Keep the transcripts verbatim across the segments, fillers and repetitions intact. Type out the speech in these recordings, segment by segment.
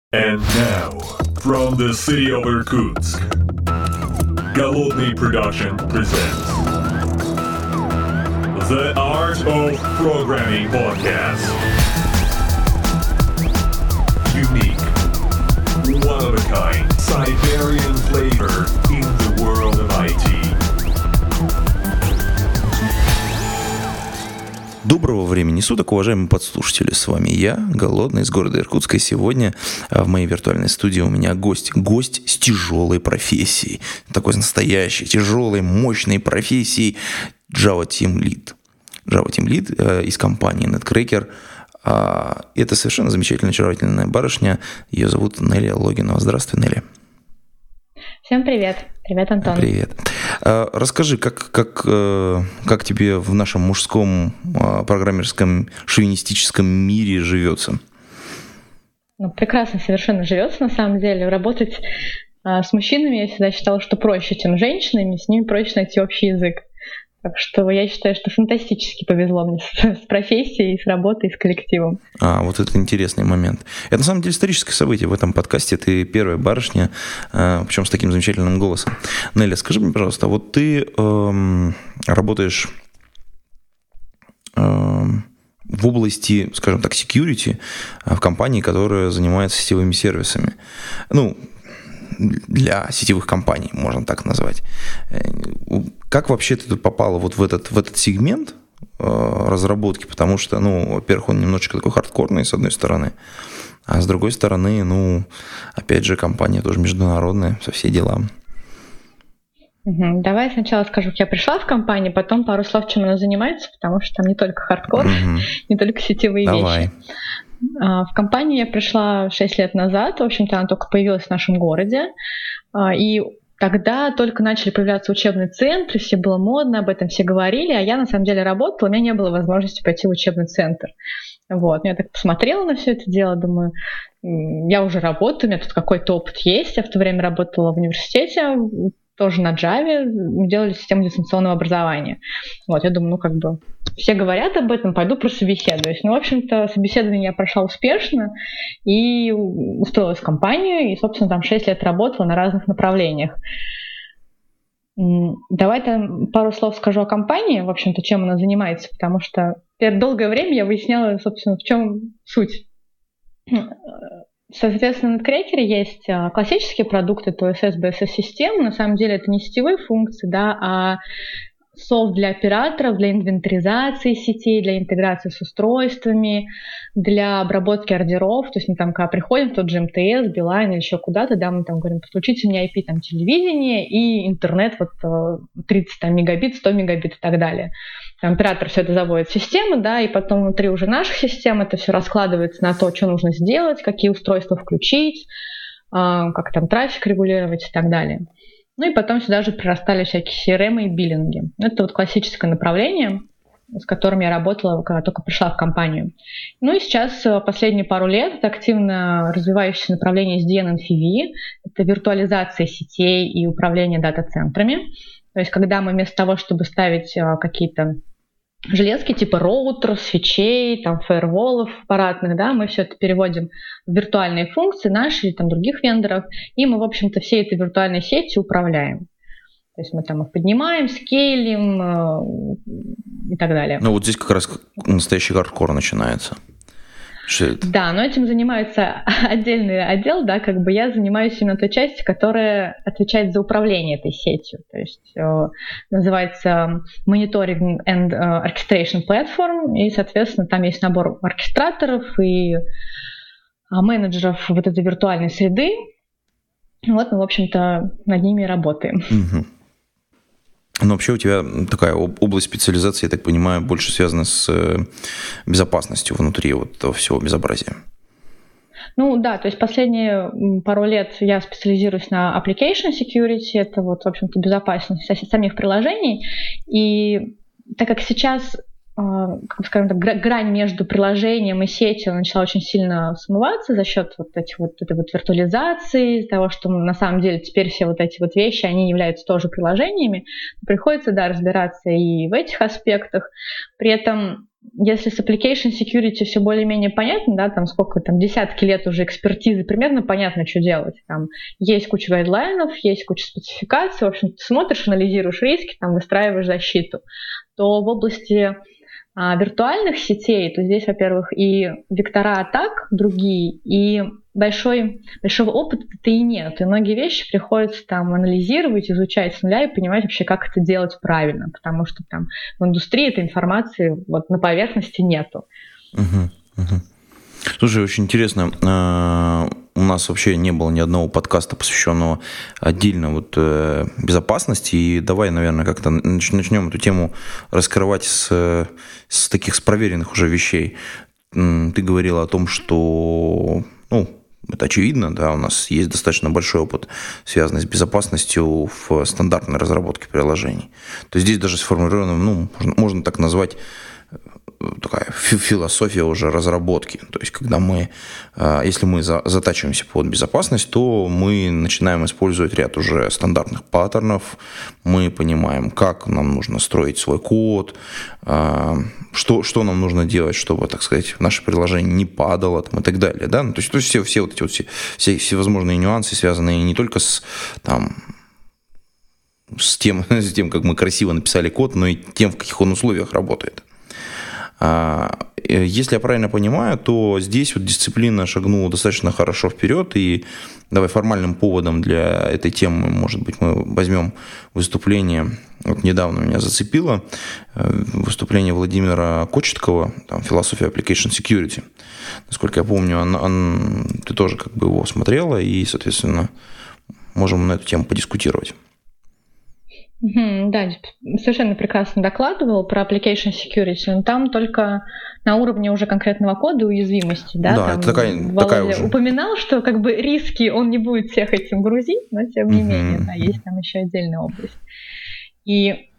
And now, from the city of Irkutsk, Голодный Production presents The Art of Programming Podcast. Unique, one-of-a-kind, Siberian flavor in the world of ай ти. Доброго времени суток, уважаемые подслушатели. С вами я, Голодный, из города Иркутска. И сегодня в моей виртуальной студии у меня гость. Гость с тяжелой профессией. Такой настоящей, тяжелой, мощной профессией. Java Team Lead. Java Team Lead э, из компании Netcracker. А, это совершенно замечательная, очаровательная барышня. Ее зовут Нелли Логинова. Здравствуй, Нелли. Всем привет. Привет, Антон. Привет. Расскажи, как, как, как тебе в нашем мужском программерском шовинистическом мире живется? Ну, прекрасно совершенно живется, на самом деле. Работать а, с мужчинами я всегда считала, что проще, чем с женщинами. С ними проще найти общий язык. Так что я считаю, что фантастически повезло мне с, с профессией, с работой, с коллективом. А, вот это интересный момент. Это на самом деле историческое событие в этом подкасте. Ты первая барышня, причем с таким замечательным голосом. Нелли, скажи мне, пожалуйста, вот ты эм, работаешь эм, в области, скажем так, security в компании, которая занимается сетевыми сервисами. Ну, для сетевых компаний, можно так назвать. Как вообще ты тут попала вот в этот, в этот сегмент э, разработки? Потому что, ну, во-первых, он немножечко такой хардкорный, с одной стороны, а с другой стороны, ну, опять же, компания тоже международная, со все дела. Угу. Давай сначала скажу, как я пришла в компанию, потом пару слов, чем она занимается, потому что там не только хардкор, угу. не только сетевые Давай. вещи. В компанию я пришла шесть лет назад, в общем-то, она только появилась в нашем городе, и тогда только начали появляться учебные центры, все было модно, об этом все говорили, а я на самом деле работала, у меня не было возможности пойти в учебный центр. Вот. Я так посмотрела на все это дело, думаю, я уже работаю, у меня тут какой-то опыт есть, я в то время работала в университете, тоже на Java, мы делали систему дистанционного образования. Вот, я думаю, ну, как бы, все говорят об этом, пойду прособеседуюсь. Ну, в общем-то, собеседование я прошла успешно и устроилась в компанию, и, собственно, там шесть лет работала на разных направлениях. Давай там пару слов скажу о компании, в общем-то, чем она занимается, потому что долгое время я выясняла, собственно, в чем суть. Соответственно, в Netcracker есть классические продукты, то есть эс би эс эс-системы. На самом деле это не сетевые функции, да, а софт для операторов, для инвентаризации сетей, для интеграции с устройствами, для обработки ордеров. То есть мы там, когда приходим в тот же эм тэ эс, Билайн или еще куда-то, да, мы там говорим, подключите мне ай пи там, телевидение и интернет вот тридцать там, мегабит, сто мегабит и так далее. Там оператор все это заводит в системы, да, и потом внутри уже наших систем это все раскладывается на то, что нужно сделать, какие устройства включить, как там трафик регулировать и так далее. Ну и потом сюда же прирастали всякие си ар эм и биллинги. Это вот классическое направление, с которым я работала, когда только пришла в компанию. Ну и сейчас последние пару лет это активно развивающееся направление эс ди эн эн эф ви, это виртуализация сетей и управление дата-центрами. То есть когда мы вместо того, чтобы ставить какие-то железки типа роутеров, свечей, там, фаерволов аппаратных, да, мы все это переводим в виртуальные функции наши или там других вендоров, и мы, в общем-то, всей этой виртуальной сетью управляем. То есть мы там их поднимаем, скейлим э, и так далее. Ну вот здесь как раз настоящий хардкор начинается. Да, но этим занимается отдельный отдел, да, как бы я занимаюсь именно той частью, которая отвечает за управление этой сетью, то есть э, называется Monitoring and Orchestration Platform, и, соответственно, там есть набор оркестраторов и э, менеджеров вот этой виртуальной среды, вот мы, в общем-то, над ними работаем. Угу. Но вообще у тебя такая область специализации, я так понимаю, больше связана с безопасностью внутри вот этого всего безобразия. Ну да, то есть последние пару лет я специализируюсь на application security, это вот, в общем-то, безопасность самих приложений. И так как сейчас, как скажем так, грань между приложением и сетью начала очень сильно смываться за счет вот этих вот этой вот виртуализации, того, что на самом деле теперь все вот эти вот вещи, они являются тоже приложениями, приходится, да, разбираться и в этих аспектах. При этом если с application security все более-менее понятно, да, там сколько там десятки лет уже экспертизы, примерно понятно, что делать. Там есть куча гайдлайнов, есть куча спецификаций, в общем, ты смотришь, анализируешь риски, там выстраиваешь защиту. То в области а, виртуальных сетей, то здесь, во-первых, и вектора атак другие, и большой, большого опыта-то и нет. И многие вещи приходится там анализировать, изучать с нуля и понимать вообще, как это делать правильно, потому что там в индустрии этой информации вот на поверхности нету. Угу, угу. Слушай, очень интересно. У нас вообще не было ни одного подкаста, посвященного отдельно вот безопасности. И давай, наверное, как-то начнем эту тему раскрывать с, с таких с проверенных уже вещей. Ты говорила о том, что, ну, это очевидно, да, у нас есть достаточно большой опыт, связанный с безопасностью в стандартной разработке приложений. То есть здесь даже сформулировано, ну, можно, можно так назвать, такая философия уже разработки. То есть, когда мы, если мы затачиваемся под безопасность, то мы начинаем использовать ряд уже стандартных паттернов, мы понимаем, как нам нужно строить свой код, что, что нам нужно делать, чтобы, так сказать, наше приложение не падало там, и так далее. Да? Ну, то есть, то есть все, все вот эти вот все, все, всевозможные нюансы, связанные не только с там, с тем, с тем, как мы красиво написали код, но и тем, в каких он условиях работает. Если я правильно понимаю, то здесь вот дисциплина шагнула достаточно хорошо вперед, и давай формальным поводом для этой темы, может быть, мы возьмем выступление, вот недавно меня зацепило, выступление Владимира Кочеткова, там, «Философия application security». Насколько я помню, он, он, ты тоже как бы его смотрела, и, соответственно, можем на эту тему подискутировать. Mm-hmm, да, совершенно прекрасно докладывал про application security, но там только на уровне уже конкретного кода уязвимости, да, да там это такая, Володя такая уже. упоминал, что как бы риски он не будет всех этим грузить, но тем не mm-hmm. менее, да, есть там еще отдельная область. И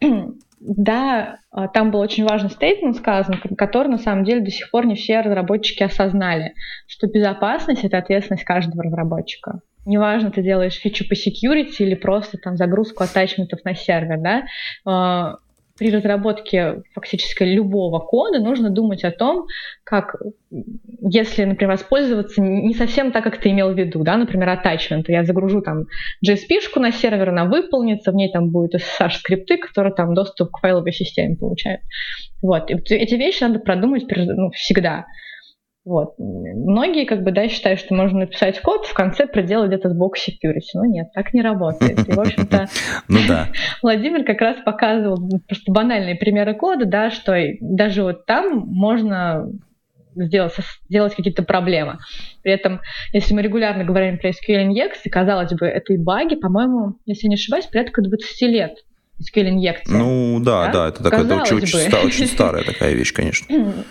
да, там был очень важный стейтмент сказан, который на самом деле до сих пор не все разработчики осознали, что безопасность — это ответственность каждого разработчика. Неважно, ты делаешь фичу по security или просто там загрузку аттачментов на сервер, да, при разработке фактически любого кода нужно думать о том, как, если, например, воспользоваться не совсем так, как ты имел в виду, да, например, аттачменты. Я загружу там джей эс пи-шку на сервер, она выполнится, в ней там будут эс эс эйч-скрипты, которые там доступ к файловой системе получают. Вот. И эти вещи надо продумать ну, всегда. Вот. Многие как бы, да, считают, что можно написать код, в конце проделать где-то сбоку security. Но нет, так не работает. И, в общем-то, ну, да. Владимир как раз показывал просто банальные примеры кода, да, что даже вот там можно сделать, сделать какие-то проблемы. При этом, если мы регулярно говорим про эс кью эль-инъекции, казалось бы, этой баги, по-моему, если я не ошибаюсь, порядка двадцать лет эс кью эль-инъекции. Ну, да, да, да это такая очень, очень, очень старая такая вещь, конечно.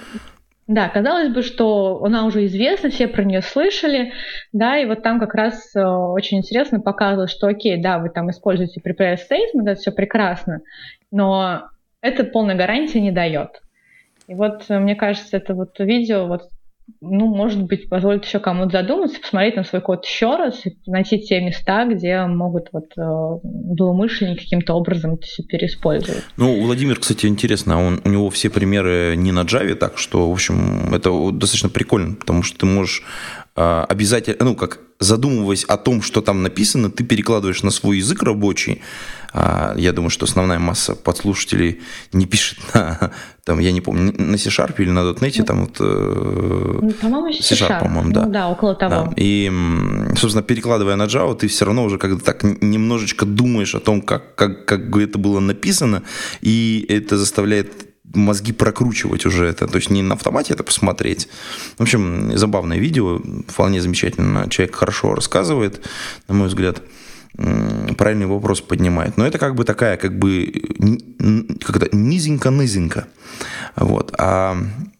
Да, казалось бы, что она уже известна, все про нее слышали, да, и вот там как раз э, очень интересно показывалось, что окей, да, вы там используете prepare statement, это все прекрасно, но это полной гарантии не дает. И вот, мне кажется, это вот видео, вот, ну, может быть, позволит еще кому-то задуматься, посмотреть на свой код еще раз и найти те места, где могут вот э, злоумышленники каким-то образом это все переиспользовать. Ну, Владимир, кстати, интересно, он, у него все примеры не на Java, так что, в общем, это достаточно прикольно, потому что ты можешь э, обязательно, ну, как задумываясь о том, что там написано, ты перекладываешь на свой язык рабочий. Я думаю, что основная масса подслушателей не пишет на, там, я не помню, на C-Sharp или на .дот нет, там вот... По-моему, C-Sharp, C-Sharp, по-моему, да. Ну, да, около того. Да. И, собственно, перекладывая на Java, ты все равно уже как-то так немножечко думаешь о том, как, как, как это было написано, и это заставляет мозги прокручивать уже это, то есть не на автомате это посмотреть. В общем, забавное видео, вполне замечательно, человек хорошо рассказывает, на мой взгляд, правильный вопрос поднимает. Но это как бы такая, как бы, как-то низенько-низенько. Вот. А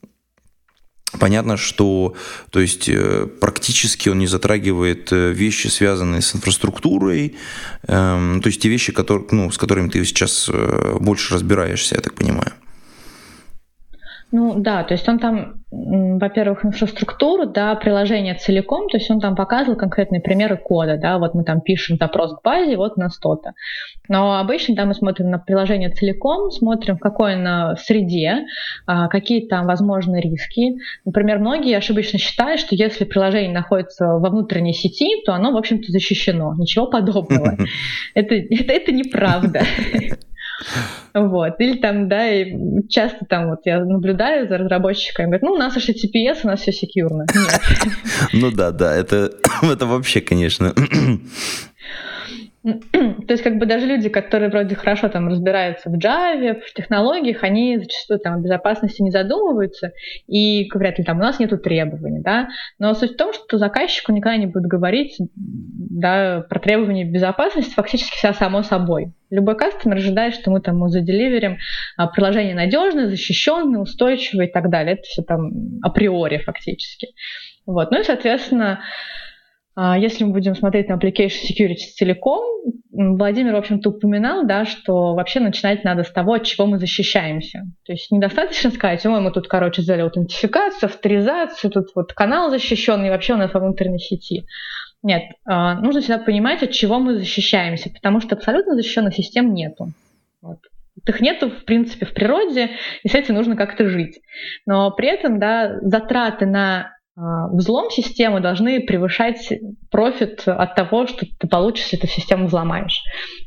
понятно, что, то есть, практически он не затрагивает вещи, связанные с инфраструктурой, то есть те вещи, которые, ну, с которыми ты сейчас больше разбираешься, я так понимаю. Ну да, то есть он там, во-первых, инфраструктуру, да, приложение целиком, то есть он там показывал конкретные примеры кода, да, вот мы там пишем запрос к базе, вот у нас то-то. Но обычно да, мы смотрим на приложение целиком, смотрим, в какой оно среде, какие там возможны риски. Например, многие ошибочно считают, что если приложение находится во внутренней сети, то оно, в общем-то, защищено. Ничего подобного. Это, это, это неправда. Вот. Или там, да, и часто там вот я наблюдаю за разработчиками, говорят, ну, у нас эйч ти ти пи эс, у нас все секьюрно. Нет. Ну да, да, это, это вообще, конечно. То есть как бы даже люди, которые вроде хорошо там разбираются в Java, в технологиях, они зачастую там о безопасности не задумываются и говорят, там у нас нету требований, да. Но суть в том, что заказчику никогда не будет говорить, да, про требования безопасности фактически вся само собой. Любой кастомер ожидает, что мы там ему заделиверим приложение надежное, защищенное, устойчивое и так далее. Это все там априори фактически. Вот. Ну и, соответственно, если мы будем смотреть на application security целиком, Владимир, в общем-то, упоминал, да, что вообще начинать надо с того, от чего мы защищаемся. То есть недостаточно сказать, ой, мы тут, короче, сделали аутентификацию, авторизацию, тут вот канал защищенный, вообще у нас во внутренней сети. Нет, нужно всегда понимать, от чего мы защищаемся, потому что абсолютно защищенных систем нету. Вот. Их нету, в принципе, в природе, и с этим нужно как-то жить. Но при этом, да, затраты на взлом системы должны превышать профит от того, что ты получишь, если эту систему взломаешь.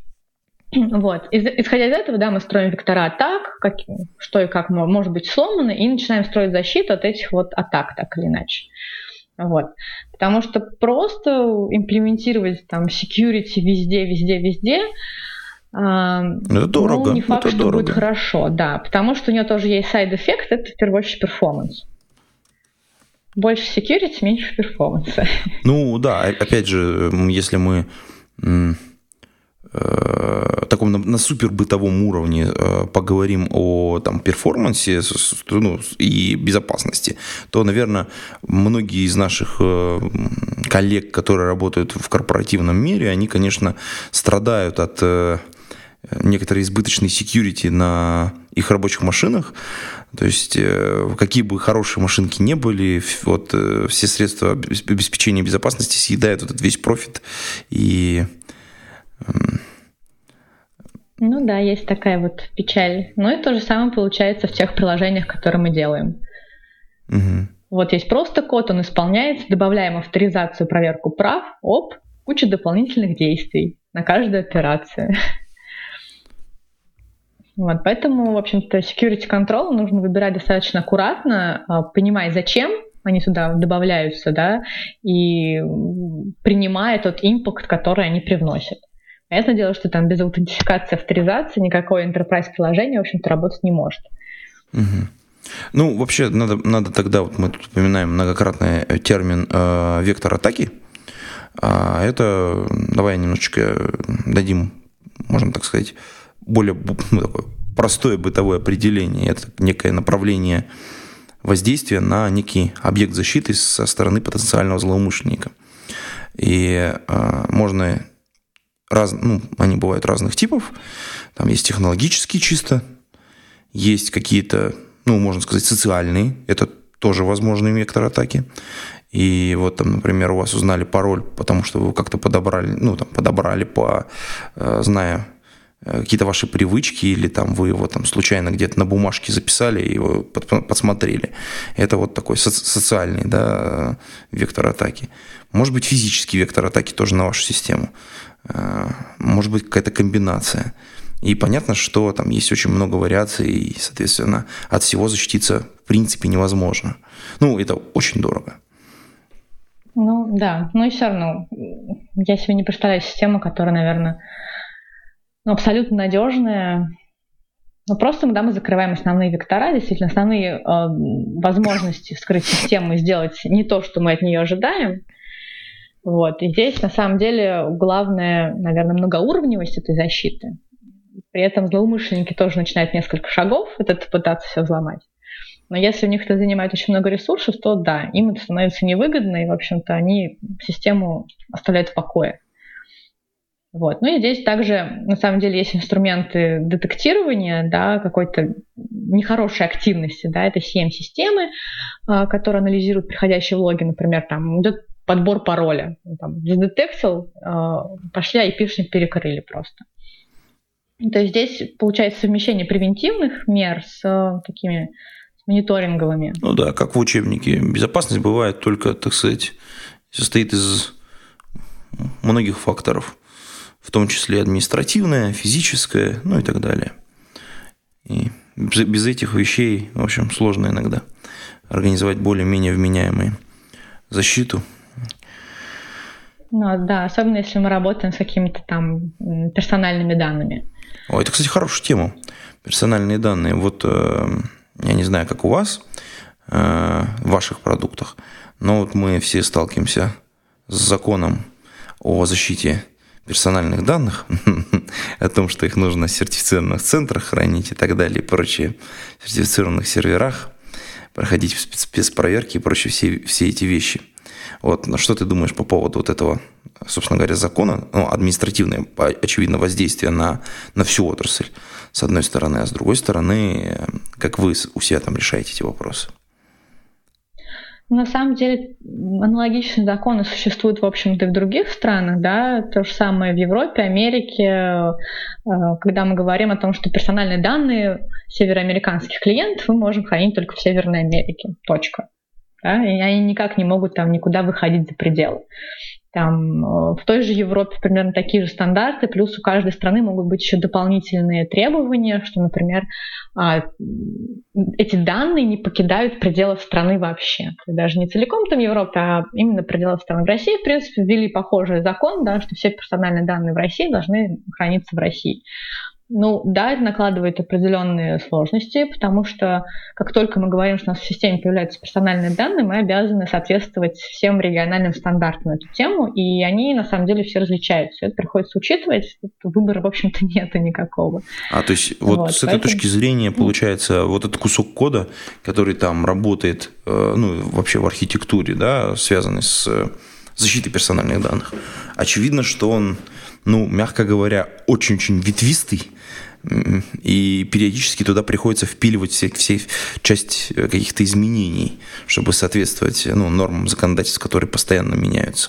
Вот. Исходя из этого, да, мы строим вектора атак, как, что и как может быть сломано, и начинаем строить защиту от этих вот атак, так или иначе. Вот. Потому что просто имплементировать там security везде, везде, везде, это дорого. Ну, не факт, это что дорого. будет хорошо, да, потому что у нее тоже есть сайд-эффект, это в первую очередь перформанс. Больше security, меньше перформанса. Ну да, опять же, если мы э, таком на, на супер бытовом уровне э, поговорим о там, перформансе ну, и безопасности, то, наверное, многие из наших э, коллег, которые работают в корпоративном мире, они, конечно, страдают от э, некоторой избыточной security на их рабочих машинах. То есть, какие бы хорошие машинки не были, вот, все средства обеспечения безопасности съедают вот этот весь профит. И... Ну да, есть такая вот печаль. Ну и то же самое получается в тех приложениях, которые мы делаем. Угу. Вот есть просто код, он исполняется, добавляем авторизацию, проверку прав, оп, куча дополнительных действий на каждую операцию. Вот, поэтому, в общем-то, security control нужно выбирать достаточно аккуратно, понимая, зачем они сюда добавляются, да, и принимая тот импакт, который они привносят. Понятное дело, что там без аутентификации, авторизации никакое enterprise-приложение, в общем-то, работать не может. Угу. Ну, вообще, надо, надо тогда, вот мы тут упоминаем многократный термин э, вектор атаки. А это, давай немножечко дадим, можно так сказать, более ну, такое простое бытовое определение. Это некое направление воздействия на некий объект защиты со стороны потенциального злоумышленника. И э, можно... Раз, ну, они бывают разных типов. Там есть технологические чисто, есть какие-то, ну, можно сказать, социальные. Это тоже возможный вектор атаки. И вот там, например, у вас узнали пароль, потому что вы как-то подобрали, ну, там, подобрали по, э, зная какие-то ваши привычки, или там вы его там случайно где-то на бумажке записали и его подсмотрели. Это вот такой соци- социальный, да, вектор атаки. Может быть, физический вектор атаки тоже на вашу систему. Может быть, какая-то комбинация. И понятно, что там есть очень много вариаций, и, соответственно, от всего защититься в принципе невозможно. Ну, это очень дорого. Ну, да. Ну и все равно я себе не представляю систему, которая, наверное, ну, абсолютно надежная. Ну, просто когда мы закрываем основные вектора, действительно, основные э, возможности вскрыть систему и сделать не то, что мы от нее ожидаем. Вот. И здесь, на самом деле, главное, наверное, многоуровневость этой защиты. При этом злоумышленники тоже начинают несколько шагов это пытаться все взломать. Но если у них это занимает очень много ресурсов, то да, им это становится невыгодно, и, в общем-то, они систему оставляют в покое. Вот. Ну и здесь также, на самом деле, есть инструменты детектирования, да, какой-то нехорошей активности, да, это си эм-системы, которые анализируют приходящие логи, например, там идет подбор пароля, там, задетектил, пошли айпишник перекрыли просто. То есть здесь получается совмещение превентивных мер с такими с мониторинговыми. Ну да, как в учебнике. Безопасность бывает только, так сказать, состоит из многих факторов, в том числе административная, физическая, ну и так далее. И без этих вещей, в общем, сложно иногда организовать более-менее вменяемую защиту. Ну да, особенно если мы работаем с какими-то там персональными данными. О, это, кстати, хорошая тема. Персональные данные. Вот я не знаю, как у вас, в ваших продуктах, но вот мы все сталкиваемся с законом о защите персональных данных, о том, что их нужно в сертифицированных центрах хранить и так далее, и прочее, в сертифицированных серверах, проходить спецпроверки и прочие все, все эти вещи. Вот, что ты думаешь по поводу вот этого, собственно говоря, закона, ну, административное, очевидно, воздействие на, на всю отрасль, с одной стороны, а с другой стороны, как вы у себя там решаете эти вопросы? На самом деле аналогичные законы существуют, в общем-то, и в других странах, да, то же самое в Европе, Америке, когда мы говорим о том, что персональные данные североамериканских клиентов мы можем хранить только в Северной Америке, точка. Да, и они никак не могут там никуда выходить за пределы. Там, в той же Европе примерно такие же стандарты, плюс у каждой страны могут быть еще дополнительные требования, что, например, эти данные не покидают пределов страны вообще. Даже не целиком там Европы, а именно пределов страны. В России, в принципе, ввели похожий закон, да, что все персональные данные в России должны храниться в России. Ну да, это накладывает определенные сложности, потому что как только мы говорим, что у нас в системе появляются персональные данные, мы обязаны соответствовать всем региональным стандартам на эту тему, и они на самом деле все различаются. Это приходится учитывать, выбора, в общем-то, нету никакого. А то есть вот, вот с этой поэтому... точки зрения получается вот этот кусок кода, который там работает, ну вообще в архитектуре, да, связанный с защитой персональных данных, очевидно, что он, ну, мягко говоря, очень-очень ветвистый, и периодически туда приходится впиливать все, все часть каких-то изменений, чтобы соответствовать, ну, нормам законодательств, которые постоянно меняются.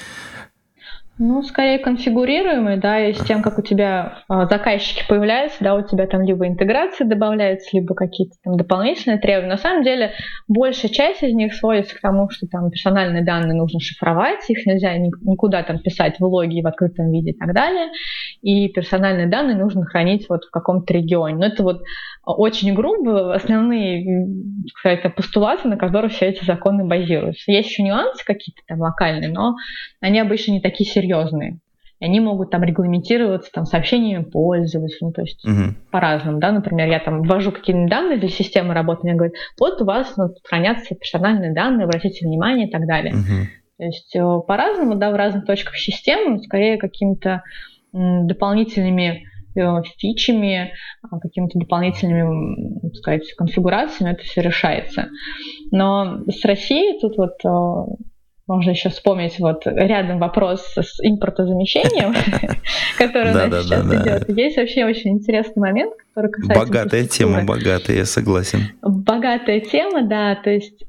Ну, скорее конфигурируемый, да, и с тем, как у тебя а, заказчики появляются, да, у тебя там либо интеграции добавляются, либо какие-то там дополнительные требования. На самом деле, большая часть из них сводится к тому, что там персональные данные нужно шифровать, их нельзя никуда там писать в логи в открытом виде и так далее, и персональные данные нужно хранить вот в каком-то регионе. Но это вот очень грубо основные, сказать, постулаты, на которых все эти законы базируются. Есть еще нюансы какие-то там локальные, но они обычно не такие серьезные. И они могут там регламентироваться там сообщениями пользователя, ну, то есть uh-huh. по-разному, да, например, я там ввожу какие-нибудь данные для системы работы, мне говорят, вот у вас ну, хранятся персональные данные, обратите внимание и так далее. Uh-huh. То есть по-разному, да, в разных точках системы, скорее какими-то м, дополнительными фичами, какими-то дополнительными, так сказать, конфигурациями это все решается. Но с Россией тут вот можно еще вспомнить вот рядом вопрос с импортозамещением, который у нас сейчас идет. Есть вообще очень интересный момент, который касается... Богатая тема, богатая, я согласен. Богатая тема, да, то есть...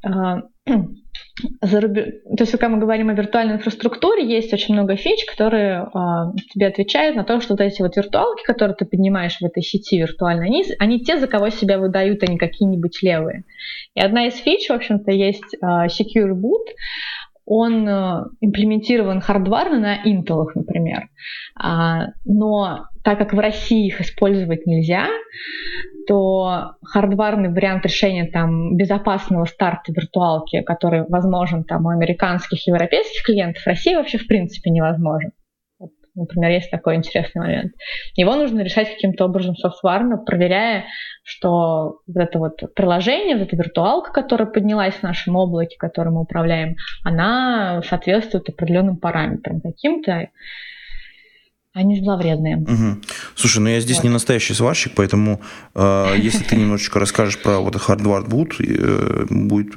За рубеж... То есть, когда мы говорим о виртуальной инфраструктуре, есть очень много фич, которые а, тебе отвечают на то, что вот эти вот виртуалки, которые ты поднимаешь в этой сети виртуальной, они, они те, за кого себя выдают, а не какие-нибудь левые. И одна из фич, в общем-то, есть а, Secure Boot. Он а, имплементирован хардварно на Intel, например. А, но так как в России их использовать нельзя, то хардварный вариант решения там, безопасного старта виртуалки, который возможен там, у американских и европейских клиентов, в России вообще в принципе невозможен. Вот, например, есть такой интересный момент. Его нужно решать каким-то образом софтварно, проверяя, что вот это вот приложение, вот эта виртуалка, которая поднялась в нашем облаке, которым мы управляем, она соответствует определенным параметрам каким-то. Они зловредные. Угу. Слушай, ну я здесь вот. Не настоящий сварщик, поэтому э, если ты немножечко расскажешь про вот hardware boot, э, будет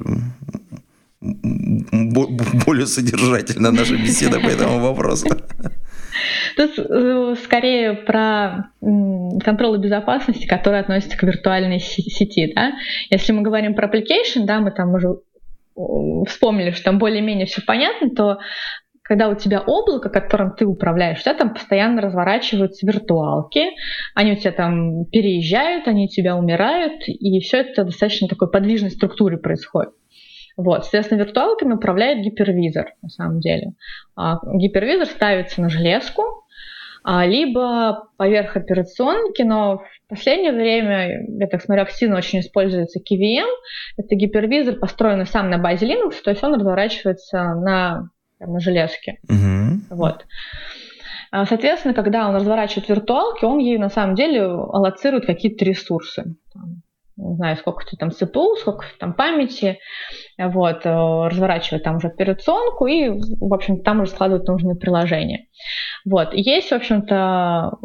более содержательна наша беседа по этому вопросу. Тут скорее про контроль безопасности, который относится к виртуальной сети. Да? Если мы говорим про application, да, мы там уже вспомнили, что там более-менее все понятно, то когда у тебя облако, которым ты управляешь, у тебя там постоянно разворачиваются виртуалки, они у тебя там переезжают, они у тебя умирают, и все это достаточно такой подвижной структуре происходит. Вот, соответственно, виртуалками управляет гипервизор, на самом деле. А, гипервизор ставится на железку, а, либо поверх операционки, но в последнее время, я так смотрю, активно очень используется кей ви эм. Это гипервизор, построенный сам на базе Linux, то есть он разворачивается на на железке. Uh-huh. Вот. Соответственно, когда он разворачивает виртуалки, он ей на самом деле аллоцирует какие-то ресурсы. Там, не знаю, сколько-то там си пи ю, сколько там памяти, вот, разворачивает там уже операционку и, в общем, там уже складывает нужные приложения. Вот. Есть, в общем-то,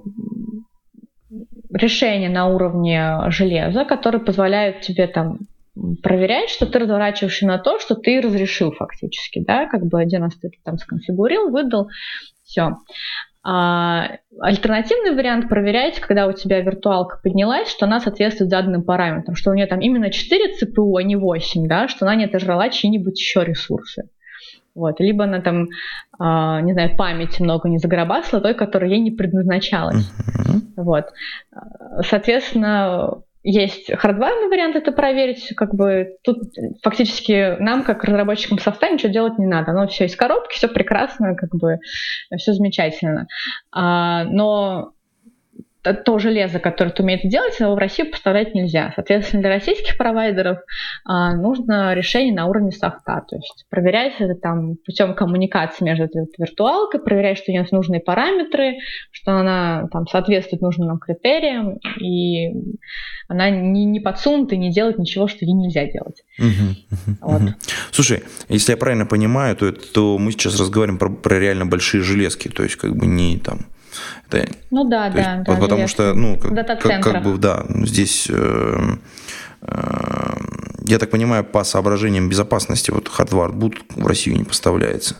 решения на уровне железа, которые позволяют тебе там проверять, что ты разворачиваешься на то, что ты разрешил фактически, да, как бы один раз ты там сконфигурил, выдал, все. А, альтернативный вариант проверять, когда у тебя виртуалка поднялась, что она соответствует заданным параметрам, что у нее там именно четыре си пи ю, а не восемь, да, что она не отожрала чьи-нибудь еще ресурсы. Вот. Либо она там, а, не знаю, памяти много не заграбасила, той, которая ей не предназначалась. Mm-hmm. Вот. Соответственно, есть хардварный вариант это проверить, как бы тут фактически нам, как разработчикам софта, ничего делать не надо. Оно все из коробки, все прекрасно, как бы все замечательно. А, но то железо, которое это умеет делать, его в России поставлять нельзя. Соответственно, для российских провайдеров а, нужно решение на уровне софта. То есть проверять это там путем коммуникации между этой виртуалкой, проверять, что у нее нужные параметры, что она там соответствует нужным нам критериям, и она не, не подсунута и не делает ничего, что ей нельзя делать. Uh-huh, uh-huh, вот. uh-huh. Слушай, если я правильно понимаю, то, это, то мы сейчас разговариваем про, про реально большие железки, то есть как бы не там... Это, ну да, да, есть, да. Потому железки. что, ну, как, как, как бы, да, здесь, э, э, я так понимаю, по соображениям безопасности, вот хардвар boot в Россию не поставляется.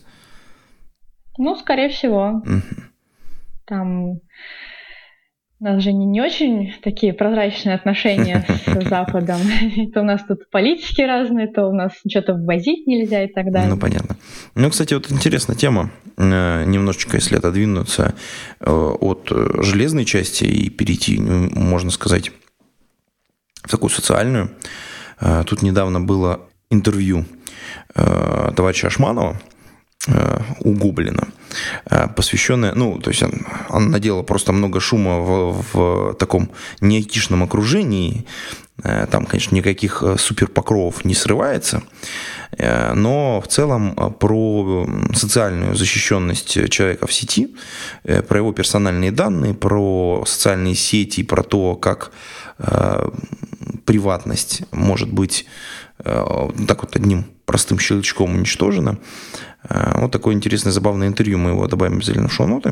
Ну, скорее всего. Uh-huh. Там у нас же не, не очень такие прозрачные отношения с Западом. То у нас тут политики разные, то у нас что-то ввозить нельзя и так далее. Ну, понятно. Ну, кстати, вот интересная тема. Немножечко, если отодвинуться от железной части и перейти, можно сказать, в такую социальную. Тут недавно было интервью товарища Ашманова у Гоблина, посвященное, ну, то есть он, он наделал просто много шума в, в таком неайтишном окружении. Там, конечно, никаких суперпокровов не срывается, но в целом про социальную защищенность человека в сети, про его персональные данные, про социальные сети, про то, как приватность может быть так вот одним простым щелчком уничтожена. Вот такое интересное, забавное интервью, мы его добавим обязательно в шоу-ноты,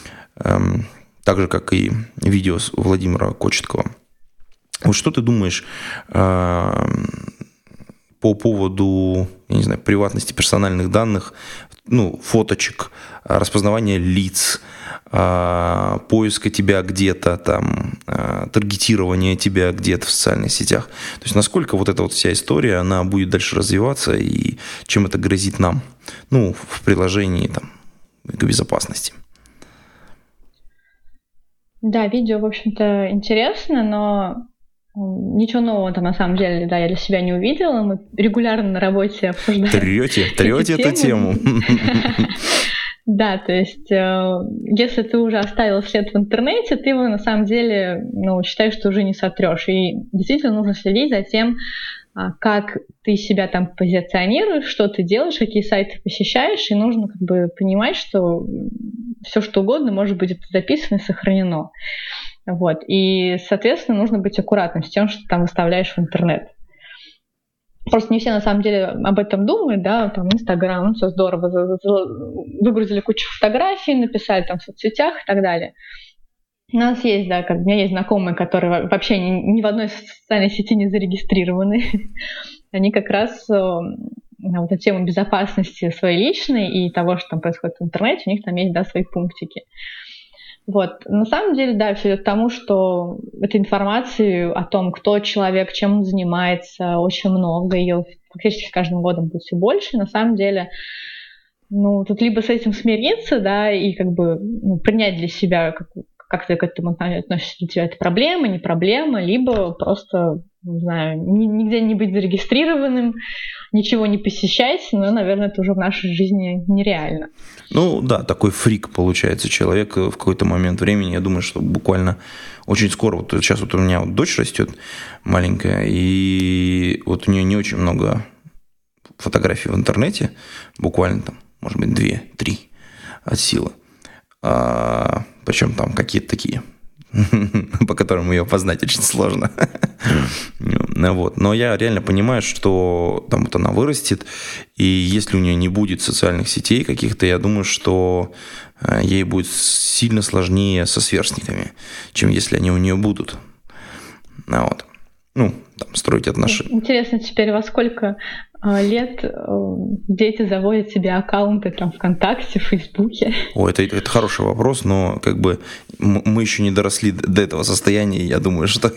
так же, как и видео Владимира Кочеткова. Вот что ты думаешь по поводу, я не знаю, приватности персональных данных, ну, фоточек, распознавания лиц, поиска тебя где-то, там, таргетирования тебя где-то в социальных сетях? То есть насколько вот эта вот вся история, она будет дальше развиваться и чем это грозит нам, ну, в приложении там, к безопасности? Да, видео, в общем-то, интересно, но ничего нового-то на самом деле, да, я для себя не увидела. Мы регулярно на работе обсуждаем. Трете, трете эту тему. Да, то есть, если ты уже оставил след в интернете, ты его на самом деле, ну, считаешь, что уже не сотрешь. И действительно нужно следить за тем, как ты себя там позиционируешь, что ты делаешь, какие сайты посещаешь, и нужно как бы понимать, что все что угодно может быть записано и сохранено. Вот. И, соответственно, нужно быть аккуратным с тем, что ты там выставляешь в интернет. Просто не все на самом деле об этом думают, да, там Инстаграм, ну, все здорово, выгрузили кучу фотографий, написали там в соцсетях и так далее. У нас есть, да, как у меня есть знакомые, которые вообще ни, ни в одной социальной сети не зарегистрированы. Они как раз на вот эту тему безопасности своей личной и того, что там происходит в интернете, у них там есть, да, свои пунктики. Вот. На самом деле, да, все идет к тому, что этой информации о том, кто человек, чем он занимается, очень много, ее фактически с каждым годом будет все больше. На самом деле, ну, тут либо с этим смириться, да, и как бы ну, принять для себя, как, как ты к этому относишься, для тебя это проблема, не проблема, либо просто, не знаю, нигде не быть зарегистрированным, ничего не посещать, но, наверное, это уже в нашей жизни нереально. Ну да, такой фрик получается человек в какой-то момент времени. Я думаю, что буквально очень скоро, вот сейчас вот у меня вот дочь растет маленькая, и вот у нее не очень много фотографий в интернете, буквально там, может быть, две-три от силы. А, причем там какие-то такие, по которым ее познать очень сложно. Вот. Но я реально понимаю, что там вот она вырастет, и если у нее не будет социальных сетей каких-то, я думаю, что ей будет сильно сложнее со сверстниками, чем если они у нее будут. Вот. Ну, там, строить отношения. Интересно теперь, во сколько лет дети заводят себе аккаунты там ВКонтакте, в Фейсбуке? О, это, это хороший вопрос, но как бы мы еще не доросли до этого состояния, я думаю, что...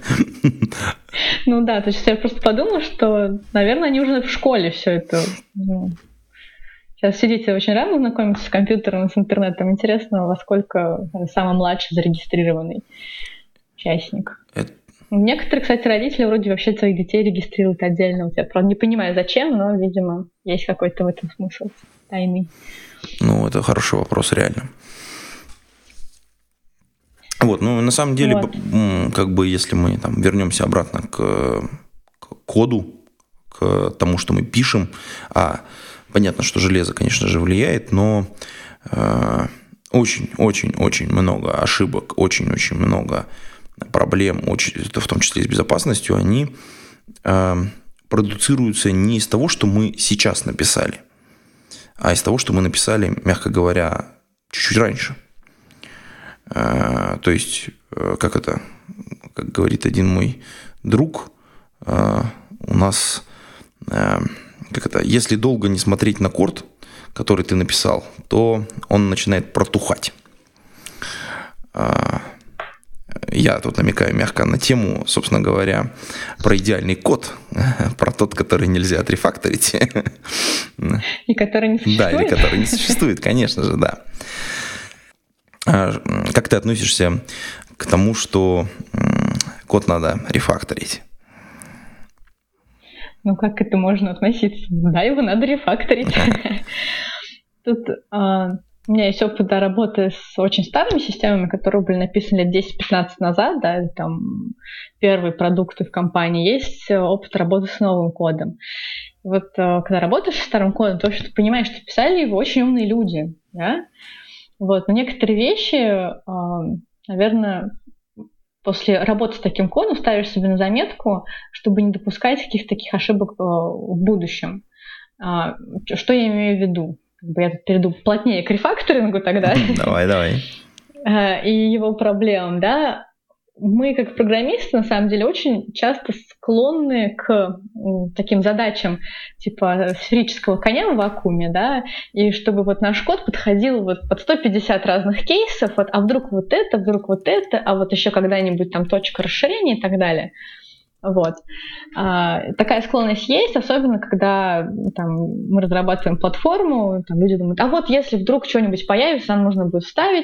Ну да, то есть я просто подумала, что, наверное, они уже в школе все это... Ну, сейчас все дети очень рано знакомятся с компьютером, с интернетом. Интересно, во сколько самый младший зарегистрированный участник. Это... Некоторые, кстати, родители вроде вообще своих детей регистрируют отдельно. Вот я, правда, не понимаю, зачем, но, видимо, есть какой-то в этом смысл тайный. Ну, это хороший вопрос, реально. Вот, ну, на самом деле, вот. Как бы, если мы там вернемся обратно к, к коду, к тому, что мы пишем, а понятно, что железо, конечно же, влияет, но очень-очень-очень э, много ошибок, очень-очень много проблем, в том числе и с безопасностью, они э, продуцируются не из того, что мы сейчас написали, а из того, что мы написали, мягко говоря, чуть-чуть раньше. Э, то есть, э, как это, как говорит один мой друг, э, у нас, э, как это, если долго не смотреть на код, который ты написал, то он начинает протухать. Э, Я тут намекаю мягко на тему, собственно говоря, про идеальный код, про тот, который нельзя отрефакторить. И который не существует. Да, или который не существует, конечно же, да. Как ты относишься к тому, что код надо рефакторить? Ну, как к этому можно относиться? Да, его надо рефакторить. Тут... У меня есть опыт работы с очень старыми системами, которые были написаны лет десять-пятнадцать назад, да, это там первые продукты в компании. Есть опыт работы с новым кодом. Вот когда работаешь с старым кодом, то что ты понимаешь, что писали его очень умные люди, да. Вот, но некоторые вещи, наверное, после работы с таким кодом ставишь себе на заметку, чтобы не допускать каких-то таких ошибок в будущем. Что я имею в виду? Я тут перейду плотнее к рефакторингу тогда. Давай, давай. И его проблемам, да. Мы, как программисты, на самом деле, очень часто склонны к таким задачам типа сферического коня в вакууме, да, и чтобы вот наш код подходил вот под сто пятьдесят разных кейсов, вот, а вдруг вот это, вдруг вот это, а вот еще когда-нибудь там точка расширения и так далее. Вот. А, такая склонность есть, особенно когда там, мы разрабатываем платформу, там люди думают, а вот если вдруг что-нибудь появится, нам нужно будет вставить,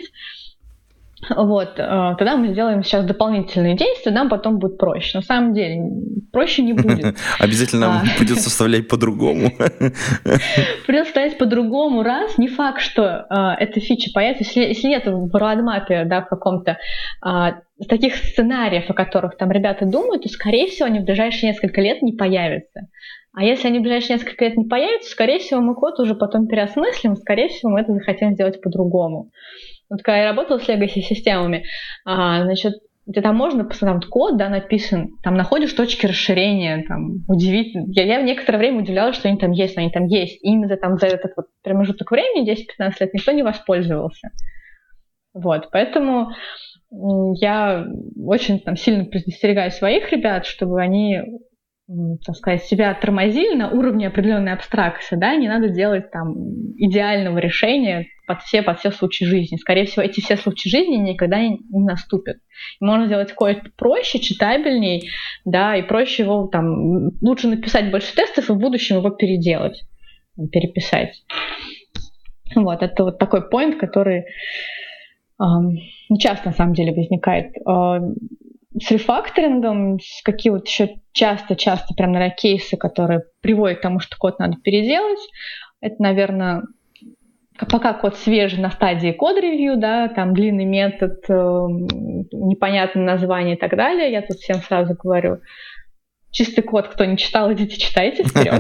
вот, тогда мы сделаем сейчас дополнительные действия, нам потом будет проще. На самом деле, проще не будет. Обязательно придется вставлять по-другому. Придется вставлять по-другому раз. Не факт, что эта фича появится. Если нет в родмапе, да, в каком-то таких сценариев, о которых там ребята думают, то, скорее всего, они в ближайшие несколько лет не появятся. А если они в ближайшие несколько лет не появятся, скорее всего, мы код уже потом переосмыслим, скорее всего, мы это захотим сделать по-другому. Вот когда я работала с legacy-системами, а, значит, где там можно, там код, да, написан, там находишь точки расширения, там, удивительно. Я, я в некоторое время удивлялась, что они там есть, но они там есть. И именно там за этот вот промежуток времени, десять-пятнадцать лет, никто не воспользовался. Вот, поэтому я очень там сильно предостерегаю своих ребят, чтобы они так сказать, себя тормозили на уровне определенной абстракции, да, не надо делать там идеального решения под все, под все случаи жизни. Скорее всего, эти все случаи жизни никогда не, не наступят. И можно сделать код проще, читабельней, да, и проще его там, лучше написать больше тестов и в будущем его переделать, переписать. Вот, это вот такой point, который эм, не часто на самом деле возникает. Э, с рефакторингом, какие вот еще часто-часто прям, наверное, кейсы, которые приводят к тому, что код надо переделать, это, наверное, пока код свежий на стадии код-ревью, да, там длинный метод, э, непонятное название и так далее, я тут всем сразу говорю, чистый код, кто не читал, идите читайте вперед.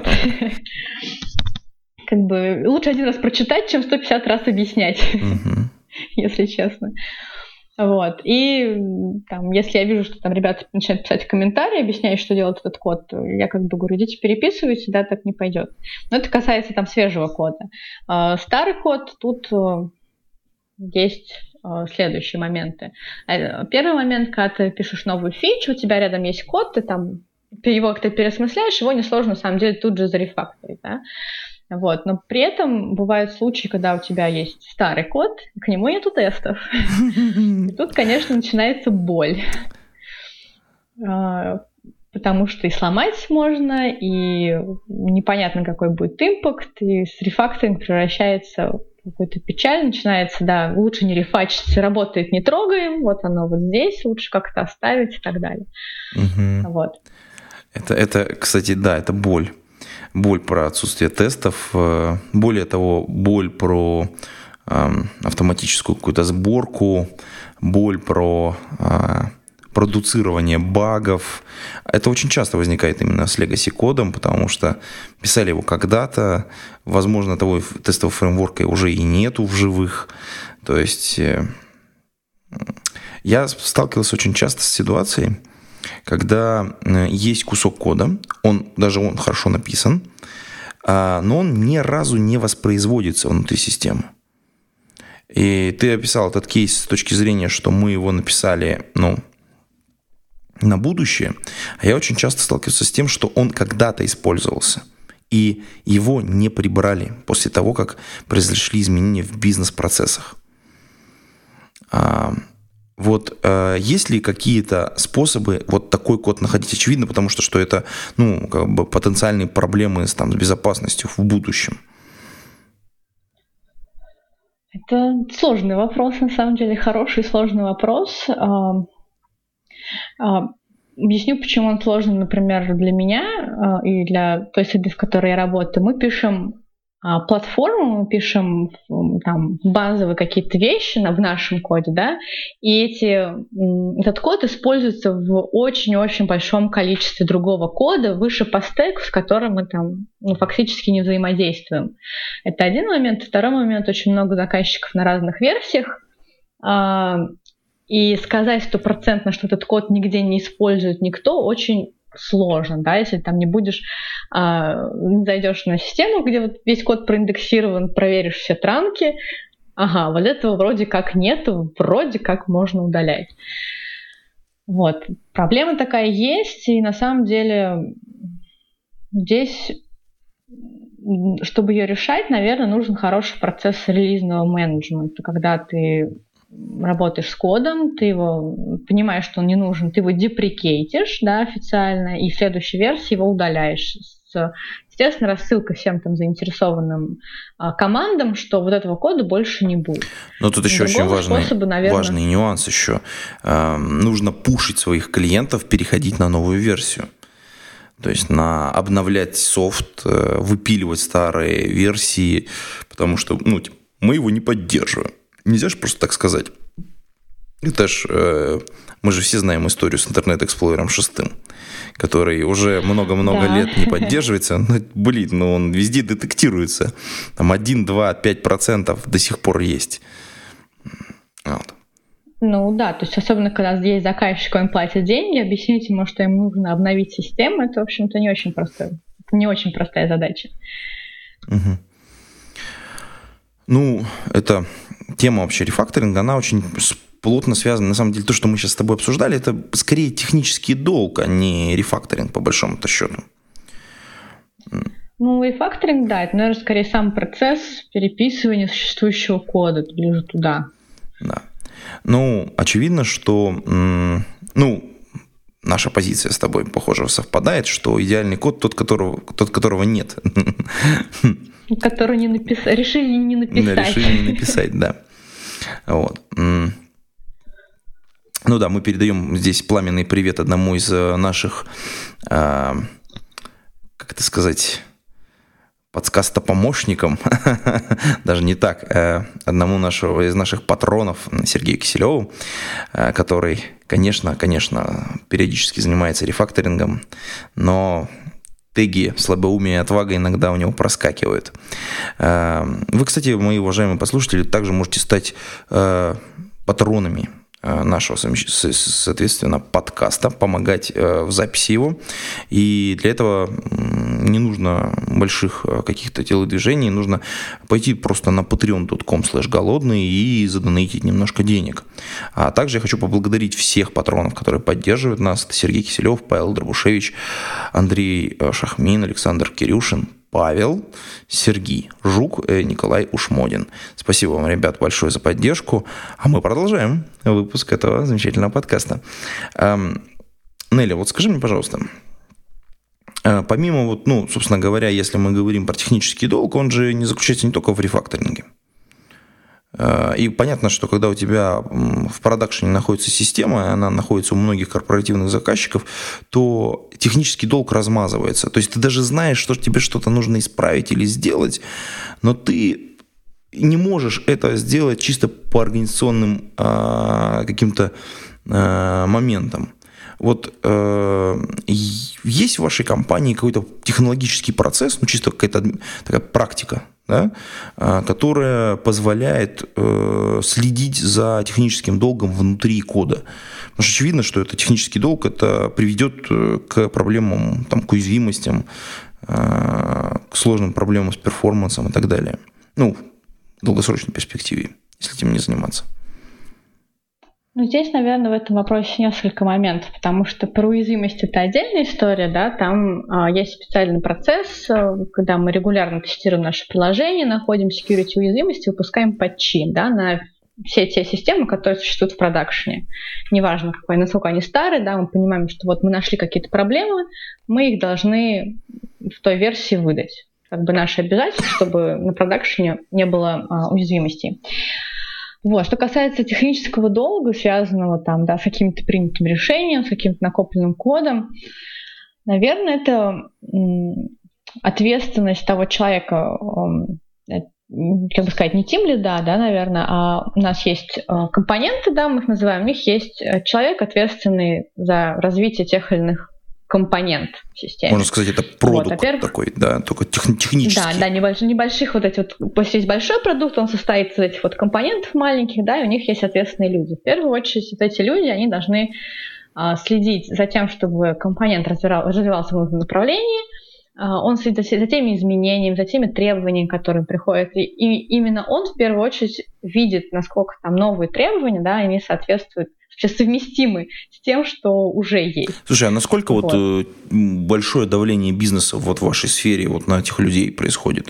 Как бы лучше один раз прочитать, чем сто пятьдесят раз объяснять, uh-huh. если честно. Вот. И там, если я вижу, что там ребята начинают писать комментарии, объясняют, что делает этот код, я как бы говорю, идите переписывайте, да, так не пойдет. Но это касается там свежего кода. Старый код, тут есть следующие моменты. Первый момент, когда ты пишешь новую фичу, у тебя рядом есть код, ты там его как-то переосмысляешь, его несложно на самом деле тут же зарефакторить, да. Вот. Но при этом бывают случаи, когда у тебя есть старый код, к нему нету тестов. И тут, конечно, начинается боль. Потому что и сломать можно, и непонятно, какой будет импакт, и рефакторинг превращается в какую-то печаль, начинается, да, лучше не рефачить, работает, не трогаем, вот оно вот здесь, лучше как-то оставить и так далее. Угу. Вот. Это, это, кстати, да, это боль. Боль про отсутствие тестов, более того, боль про э, автоматическую какую-то сборку, боль про э, продуцирование багов. Это очень часто возникает именно с legacy-кодом, потому что писали его когда-то, возможно, того тестового фреймворка уже и нету в живых. То есть э, я сталкивался очень часто с ситуацией, когда есть кусок кода, он даже он хорошо написан, но он ни разу не воспроизводится внутри системы. И ты описал этот кейс с точки зрения, что мы его написали, ну, на будущее, а я очень часто сталкиваюсь с тем, что он когда-то использовался, и его не прибрали после того, как произошли изменения в бизнес-процессах. Вот э, есть ли какие-то способы вот такой код находить? Очевидно, потому что, что это, ну, как бы потенциальные проблемы с, там, с безопасностью в будущем. Это сложный вопрос, на самом деле, хороший сложный вопрос. Объясню, почему он сложный, например, для меня и для той среды, в которой я работаю. Мы пишем платформу, мы пишем там базовые какие-то вещи в нашем коде, да, и эти, этот код используется в очень-очень большом количестве другого кода выше по стеку, с которым мы там, ну, фактически не взаимодействуем. Это один момент. Второй момент, очень много заказчиков на разных версиях, и сказать стопроцентно, что этот код нигде не использует никто, очень сложно, да, если там не будешь, а, не зайдешь на систему, где вот весь код проиндексирован, проверишь все транки, ага, вот этого вроде как нету, вроде как можно удалять. Вот, проблема такая есть, и на самом деле здесь, чтобы ее решать, наверное, нужен хороший процесс релизного менеджмента, когда ты работаешь с кодом, ты его понимаешь, что он не нужен, ты его деприкейтишь, да, официально, и в следующей версии его удаляешь. С, естественно, рассылка всем там заинтересованным а, командам, что вот этого кода больше не будет. Но тут еще очень важный, способа, наверное, важный нюанс еще. А, нужно пушить своих клиентов, переходить на новую версию. То есть на обновлять софт, выпиливать старые версии, потому что, ну, мы его не поддерживаем. Нельзя же просто так сказать. Это ж, э, мы же все знаем историю с Internet Explorer шесть, который уже много-много да. лет не поддерживается. Но, блин, ну он везде детектируется. Там один, два, пять процентов до сих пор есть. Вот. Ну да, то есть особенно когда есть заказчик, он платит деньги, объяснить ему, что ему нужно обновить систему, это, в общем-то, не очень простое, не очень простая задача. Угу. Ну, это тема вообще рефакторинга, она очень плотно связано, на самом деле, то, что мы сейчас с тобой обсуждали, это скорее технический долг, а не рефакторинг, по большому-то счету. Ну, рефакторинг, да, это, наверное, скорее сам процесс переписывания существующего кода, ближе туда. Да. Ну, очевидно, что, ну, наша позиция с тобой, похоже, совпадает, что идеальный код тот, которого, тот, которого нет. Который не написали, решили не написать. Да, решили не написать, да. Вот. Ну да, мы передаем здесь пламенный привет одному из наших, как это сказать, подскаста-помощникам, даже не так, одному нашего, из наших патронов, Сергею Киселеву, который, конечно, конечно, периодически занимается рефакторингом, но теги слабоумие и отвага иногда у него проскакивают. Вы, кстати, мои уважаемые послушатели, также можете стать патронами нашего, соответственно, подкаста, помогать в записи его. И для этого не нужно больших каких-то телодвижений, нужно пойти просто на patreon точка com слэш голодный и задонатить немножко денег. А также я хочу поблагодарить всех патронов, которые поддерживают нас. Это Сергей Киселев, Павел Дробушевич, Андрей Шахмин, Александр Кирюшин, Павел, Сергей Жук, Николай Ушмодин. Спасибо вам, ребят, большое за поддержку. А мы продолжаем выпуск этого замечательного подкаста. Нелли, вот скажи мне, пожалуйста, помимо, вот, ну, собственно говоря, если мы говорим про технический долг, он же не заключается не только в рефакторинге. И понятно, что когда у тебя в продакшене находится система, она находится у многих корпоративных заказчиков, то технический долг размазывается. То есть ты даже знаешь, что тебе что-то нужно исправить или сделать, но ты не можешь это сделать чисто по организационным а, каким-то а, моментам. Вот э, есть в вашей компании какой-то технологический процесс, ну чисто какая-то такая практика, да, которая позволяет э, следить за техническим долгом внутри кода. Потому что очевидно, что это технический долг, это приведет к проблемам, там, к уязвимостям, э, к сложным проблемам с перформансом и так далее. Ну, в долгосрочной перспективе, если этим не заниматься. Ну, здесь, наверное, в этом вопросе несколько моментов, потому что про уязвимость это отдельная история, да, там а, есть специальный процесс, когда мы регулярно тестируем наше приложение, находим security уязвимости, выпускаем патчи, да, на все те системы, которые существуют в продакшене. Неважно, какой, насколько они старые, да, мы понимаем, что вот мы нашли какие-то проблемы, мы их должны в той версии выдать. Как бы наше обязательство, чтобы на продакшене не было а, уязвимостей. Вот. Что касается технического долга, связанного там, да, с каким-то принятым решением, с каким-то накопленным кодом, наверное, это ответственность того человека, как бы сказать, не тимлида, да, наверное, а у нас есть компоненты, да, мы их называем, у них есть человек, ответственный за развитие тех или иных компонент в системе. Можно сказать, это продукт вот, такой, да, только тех, технический. Да, да, небольш, небольших вот эти вот, если есть большой продукт, он состоит из этих вот компонентов маленьких, да, и у них есть ответственные люди. В первую очередь, вот эти люди, они должны а, следить за тем, чтобы компонент развивал, развивался в нужном направлении, а, он следит за, за теми изменениями, за теми требованиями, которые приходят, и, и именно он в первую очередь видит, насколько там новые требования, да, они соответствуют, совместимы с тем, что уже есть. Слушай, а насколько вот, вот большое давление бизнеса вот в вашей сфере вот на этих людей происходит?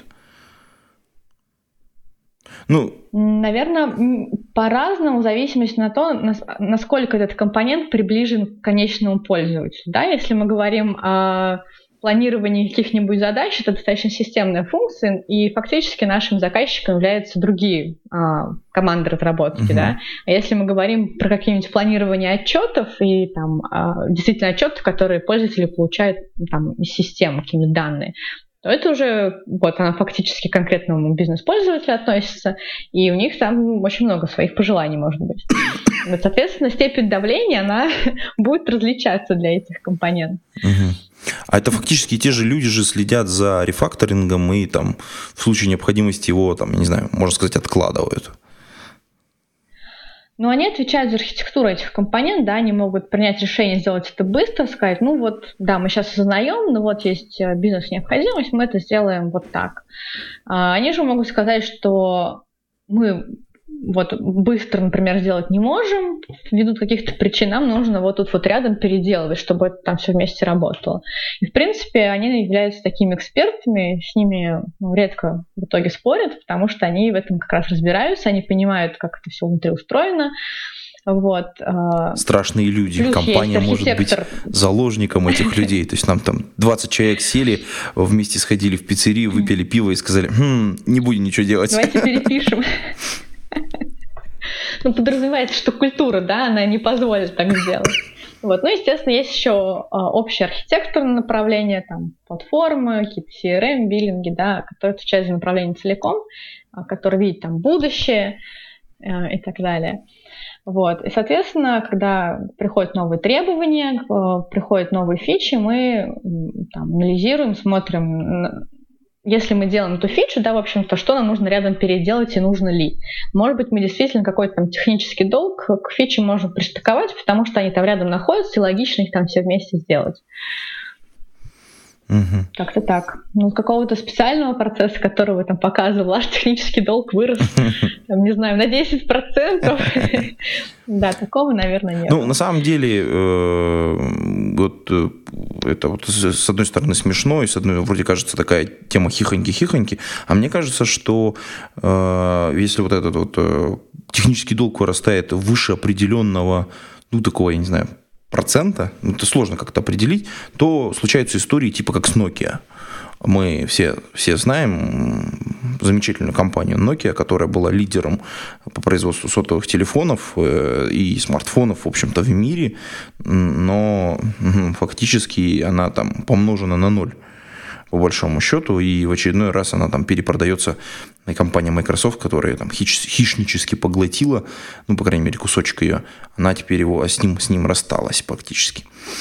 Ну, наверное, по-разному, в зависимости на то, насколько этот компонент приближен к конечному пользователю. Да, если мы говорим о планировании каких-нибудь задач, это достаточно системная функция, и фактически нашим заказчиком являются другие а, команды разработки. Uh-huh. Да? А если мы говорим про какие-нибудь планирование отчетов и там, а, действительно отчеты, которые пользователи получают там, из системы, какие-нибудь данные, то это уже вот она фактически к конкретному бизнес-пользователю относится, и у них там очень много своих пожеланий может быть. Вот, соответственно, степень давления, она будет различаться для этих компонентов. Uh-huh. А это фактически те же люди же следят за рефакторингом и там в случае необходимости его, там, не знаю, можно сказать, откладывают. Но они отвечают за архитектуру этих компонентов, да, они могут принять решение сделать это быстро, сказать, ну вот, да, мы сейчас осознаем, но вот есть бизнес-необходимость, мы это сделаем вот так. Они же могут сказать, что мы вот быстро, например, сделать не можем, ввиду каких-то причин, нам нужно вот тут вот рядом переделывать, чтобы это там все вместе работало. И, в принципе, они являются такими экспертами, с ними ну, редко в итоге спорят, потому что они в этом как раз разбираются, они понимают, как это все внутри устроено. Вот. Страшные люди. Плюс компания может быть заложником этих людей. То есть нам там двадцать человек сели, вместе сходили в пиццерию, выпили пиво и сказали, хм, не будем ничего делать. Давайте перепишем. Ну, подразумевается, что культура, да, она не позволит так сделать. Вот. Ну, естественно, есть еще общее архитектурное направление, там, платформы, какие-то си эр эм, биллинги, да, которые отвечают за направление целиком, которые видят там будущее и так далее. Вот. И, соответственно, когда приходят новые требования, приходят новые фичи, мы там, анализируем, смотрим, если мы делаем эту фичу, да, в общем-то, что нам нужно рядом переделать и нужно ли. Может быть, мы действительно какой-то там технический долг к фиче можем пристыковать, потому что они там рядом находятся, и логично их там все вместе сделать. Угу. Как-то так. Ну, какого-то специального процесса, который вы там показывал, ваш технический долг вырос, там, не знаю, на десять процентов. Да, такого, наверное, нет. Ну, на самом деле, вот это вот с одной стороны смешно, и с одной, вроде кажется, такая тема хихоньки-хихоньки, а мне кажется, что если вот этот вот технический долг вырастает выше определенного, ну, такого, я не знаю, процента, ну, это сложно как-то определить, то случаются истории типа как с Nokia. Мы все, все знаем замечательную компанию Nokia, которая была лидером по производству сотовых телефонов и смартфонов, в общем-то, в мире, но фактически она там помножена на ноль, по большому счету, и в очередной раз она там перепродается на компания Microsoft, которая там хищ, хищнически поглотила, ну, по крайней мере, кусочек ее, она теперь его с ним, с ним рассталась практически.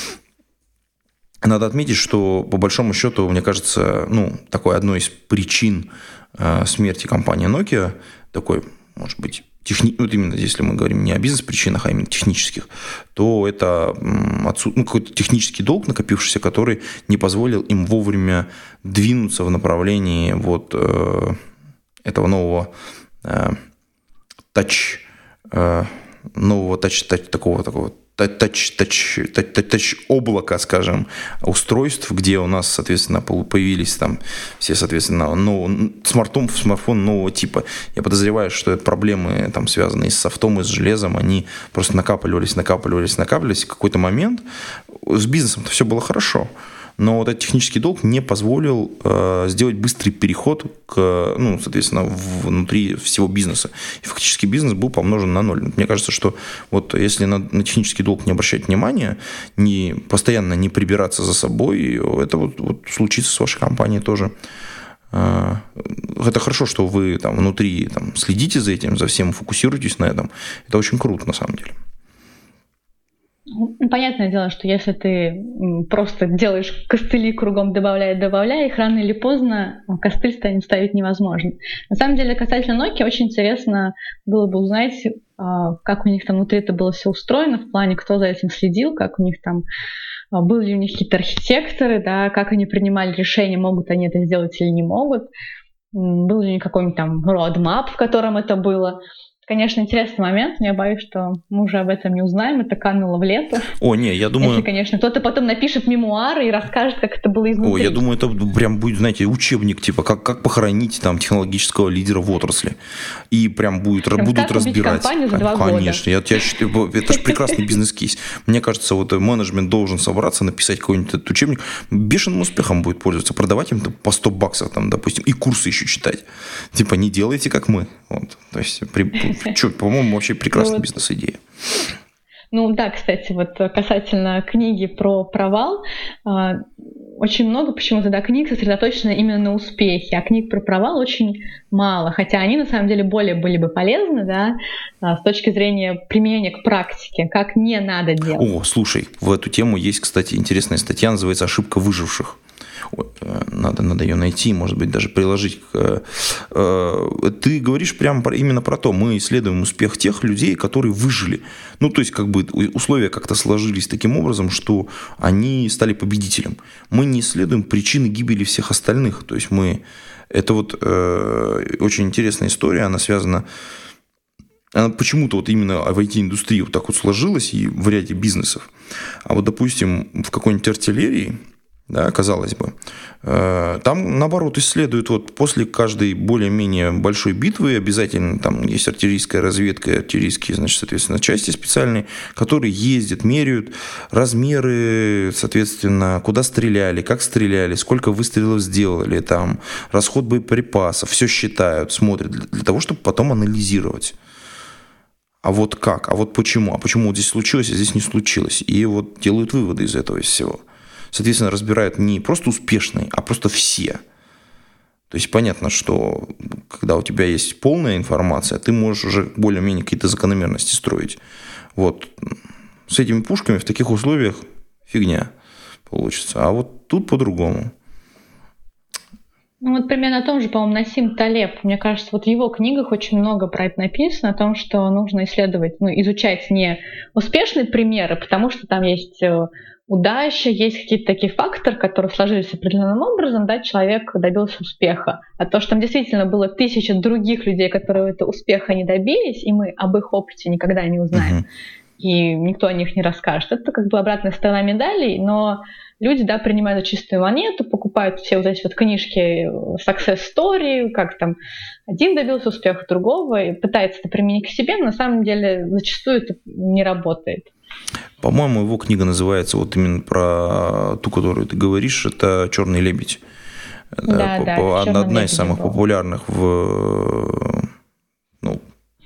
Надо отметить, что по большому счету, мне кажется, ну, такой одной из причин э, смерти компании Nokia, такой, может быть, техни... вот именно если мы говорим не о бизнес-причинах, а именно технических, то это отсу... ну, какой-то технический долг, накопившийся, который не позволил им вовремя двинуться в направлении вот э, этого нового э, тач, э, нового тач, тач, такого, такого тач, тач, тач, тач облака, скажем, устройств, где у нас, соответственно, появились там все, соответственно, новый, смартфон, смартфон нового типа. Я подозреваю, что это проблемы, там, связанные с софтом и с железом, они просто накапливались, накапливались, накапливались. В какой-то момент с бизнесом-то все было хорошо, но вот этот технический долг не позволил э, сделать быстрый переход к, ну, соответственно, внутри всего бизнеса. И фактически бизнес был помножен на ноль. Мне кажется, что вот если на, на технический долг не обращать внимания, не, постоянно не прибираться за собой, это вот, вот случится с вашей компанией тоже. Э, это хорошо, что вы там внутри там, следите за этим, за всем, фокусируетесь на этом. Это очень круто на самом деле. Понятное дело, что если ты просто делаешь костыли кругом, добавляя, добавляя, их рано или поздно костыль станет ставить невозможно. На самом деле, касательно Nokia, очень интересно было бы узнать, как у них там внутри это было все устроено, в плане, кто за этим следил, как у них там, были ли у них какие-то архитекторы, да, как они принимали решения, могут они это сделать или не могут, был ли у них какой-нибудь там roadmap, в котором это было. Конечно, интересный момент, но я боюсь, что мы уже об этом не узнаем, это кануло в лету. О, не, я думаю... Если, конечно, кто-то потом напишет мемуары и расскажет, как это было изнутри. О, я думаю, это прям будет, знаете, учебник, типа, как, как похоронить там технологического лидера в отрасли. И прям будет, прям будут разбирать. Компанию за два Конечно, года. Я, я считаю, это же прекрасный бизнес-кейс. Мне кажется, вот менеджмент должен собраться, написать какой-нибудь этот учебник, бешеным успехом будет пользоваться, продавать им по сто баксов, там, допустим, и курсы еще читать. Типа, не делайте, как мы. Вот. То есть, при... Чё, по-моему, вообще прекрасная ну, бизнес-идея. Ну да, кстати, вот касательно книги про провал, очень много почему-то да, книг сосредоточено именно на успехе, а книг про провал очень мало, хотя они на самом деле более были бы полезны, да, с точки зрения применения к практике, как не надо делать. О, слушай, в эту тему есть, кстати, интересная статья, называется «Ошибка выживших». Надо, надо ее найти, может быть, даже приложить. Ты говоришь прямо именно про то, мы исследуем успех тех людей, которые выжили. Ну, то есть, как бы условия как-то сложились таким образом, что они стали победителем. Мы не исследуем причины гибели всех остальных. То есть, мы... Это вот э, очень интересная история, она связана она почему-то вот именно в ай ти-индустрии вот так вот сложилась и в ряде бизнесов. А вот, допустим, в какой-нибудь артиллерии, да, казалось бы, там, наоборот, исследуют вот после каждой более-менее большой битвы, обязательно там есть артиллерийская разведка, артиллерийские, значит, соответственно, части специальные, которые ездят, меряют размеры, соответственно, куда стреляли, как стреляли, сколько выстрелов сделали, там, расход боеприпасов, все считают, смотрят, для того, чтобы потом анализировать. А вот как, а вот почему, а почему вот здесь случилось, а здесь не случилось. И вот делают выводы из этого всего. Соответственно, разбирают не просто успешные, а просто все. То есть понятно, что когда у тебя есть полная информация, ты можешь уже более-менее какие-то закономерности строить. Вот с этими пушками в таких условиях фигня получится. А вот тут по-другому. Ну вот примерно о том же, по-моему, Насим Талеб. Мне кажется, вот в его книгах очень много про это написано, о том, что нужно исследовать, ну, изучать не успешные примеры, потому что там есть удача, есть какие-то такие факторы, которые сложились определенным образом, да, человек добился успеха. А то, что там действительно было тысяча других людей, которые этого успеха не добились, и мы об их опыте никогда не узнаем, mm-hmm. и никто о них не расскажет. Это как бы обратная сторона медалей, но люди, да, принимают за чистую монету, покупают все вот эти вот книжки success story, как там один добился успеха другого, и пытается это применить к себе, но на самом деле зачастую это не работает. По-моему, его книга называется вот именно про ту, которую ты говоришь, это «Черный лебедь». Да, да, да, одна, одна из самых был. популярных в, ну,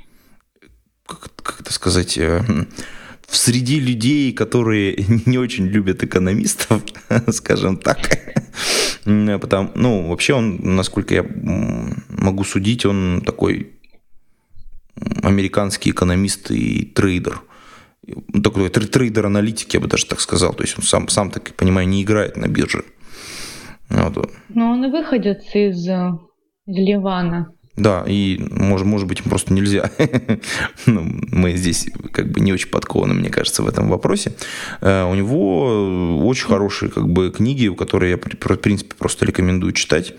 как, как это сказать, в среди людей, которые не очень любят экономистов, скажем так. Потому, ну, вообще он, насколько я могу судить, он такой американский экономист и трейдер. Такой трейдер-аналитик, я бы даже так сказал. То есть он сам, сам так понимаю, не играет на бирже. Вот. Но он и выходец из, из Ливана. Да, и может, может быть, просто нельзя. ну, мы здесь как бы не очень подкованы, мне кажется, в этом вопросе. У него очень хорошие как бы книги, которые я, в принципе, просто рекомендую читать.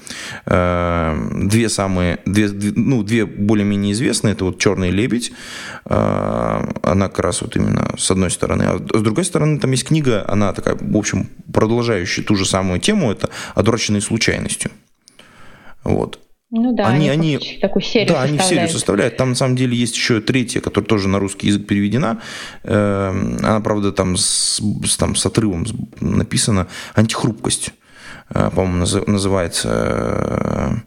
Две самые, две, ну, две более-менее известные, это вот «Черный лебедь». Она как раз вот именно с одной стороны. А с другой стороны, там есть книга, она такая, в общем, продолжающая ту же самую тему, это «Одураченные случайностью». Вот. Ну да, они, они, они такую серию да, составляют. они серию составляют. Там на самом деле есть еще третья, которая тоже на русский язык переведена. Она, правда, там с, там с отрывом написана. «Антихрупкость», по-моему, называется.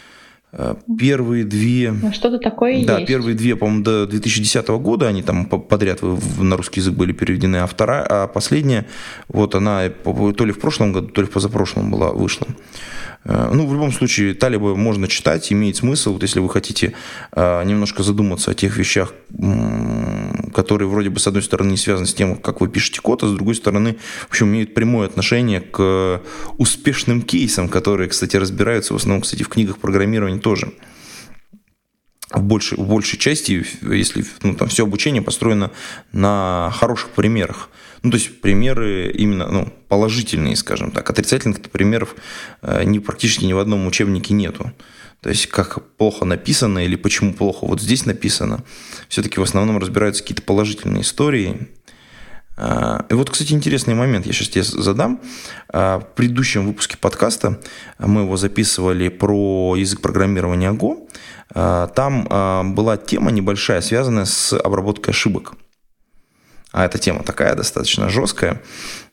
Первые две... Ну, что-то такое да, есть. Первые две, по-моему, до две тысячи десятого года они там подряд на русский язык были переведены, а вторая, а последняя, вот она то ли в прошлом году, то ли в позапрошлом была, вышла. Ну, в любом случае, Талеба можно читать, имеет смысл, вот если вы хотите немножко задуматься о тех вещах, которые вроде бы с одной стороны не связаны с тем, как вы пишете код, а с другой стороны, в общем, имеют прямое отношение к успешным кейсам, которые, кстати, разбираются в основном, кстати, в книгах программирования тоже. В большей, в большей части, если ну, там все обучение построено на хороших примерах. Ну, то есть примеры именно ну, положительные, скажем так. Отрицательных примеров ни, практически ни в одном учебнике нету. То есть как плохо написано или почему плохо вот здесь написано. Все-таки в основном разбираются какие-то положительные истории. И вот, кстати, интересный момент я сейчас тебе задам. В предыдущем выпуске подкаста мы его записывали про язык программирования Go. Там была тема небольшая, связанная с обработкой ошибок. А эта тема такая достаточно жесткая.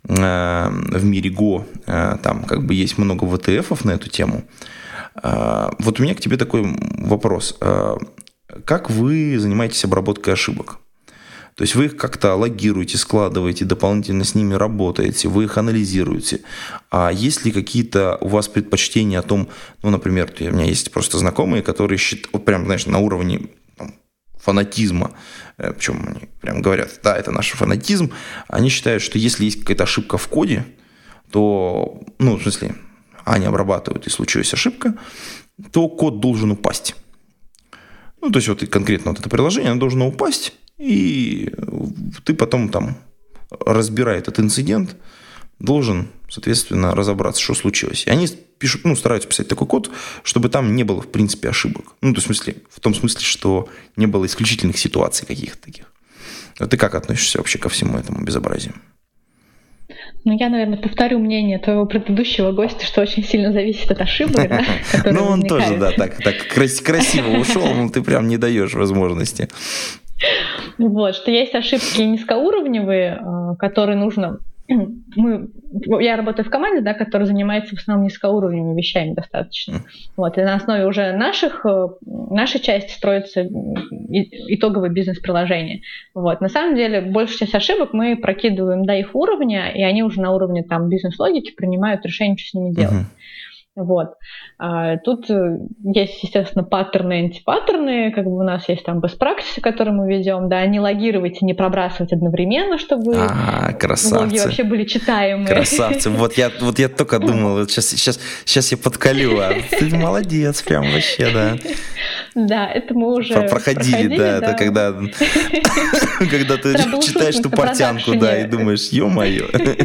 В мире Go там как бы есть много ви ти эф-ов на эту тему. Вот у меня к тебе такой вопрос. Как вы занимаетесь обработкой ошибок? То есть вы их как-то логируете, складываете, дополнительно с ними работаете, вы их анализируете. А есть ли какие-то у вас предпочтения о том, ну, например, у меня есть просто знакомые, которые считают, вот прям, знаешь, на уровне там, фанатизма, причем они прям говорят, да, это наш фанатизм, они считают, что если есть какая-то ошибка в коде, то, ну, в смысле, они обрабатывают, и случилась ошибка, то код должен упасть. Ну, то есть вот конкретно вот это приложение, оно должно упасть, и ты потом там, разбирая этот инцидент, должен, соответственно, разобраться, что случилось. И они пишут, ну, стараются писать такой код, чтобы там не было, в принципе, ошибок. Ну, то есть, в смысле, в том смысле, что не было исключительных ситуаций каких-то таких. А ты как относишься вообще ко всему этому безобразию? Ну, я, наверное, повторю мнение твоего предыдущего гостя, что очень сильно зависит от ошибок, да, которые Ну, он возникают. тоже, да, так, так красиво ушел, но ты прям не даешь возможности. Вот, что есть ошибки низкоуровневые, которые нужно... Мы, я работаю в команде, да, которая занимается в основном низкоуровневыми вещами достаточно. Вот, и на основе уже наших, нашей части строится итоговое бизнес-приложение. Вот. На самом деле, большую часть ошибок мы прокидываем до их уровня, и они уже на уровне там, бизнес-логики принимают решение, что с ними делать. Uh-huh. Вот. А тут есть, естественно, паттерны и антипаттерны, как бы у нас есть там best practices, которые мы ведем, да, не логировать и не пробрасывать одновременно, чтобы а, логи вообще были читаемые. Красавцы, вот я, вот я только думал, вот сейчас, сейчас, сейчас я подколю, а ты молодец, прям вообще, да. Да, это мы уже проходили, проходили да, да, это когда, когда ты читаешь ту портянку, да, и думаешь, ё-моё.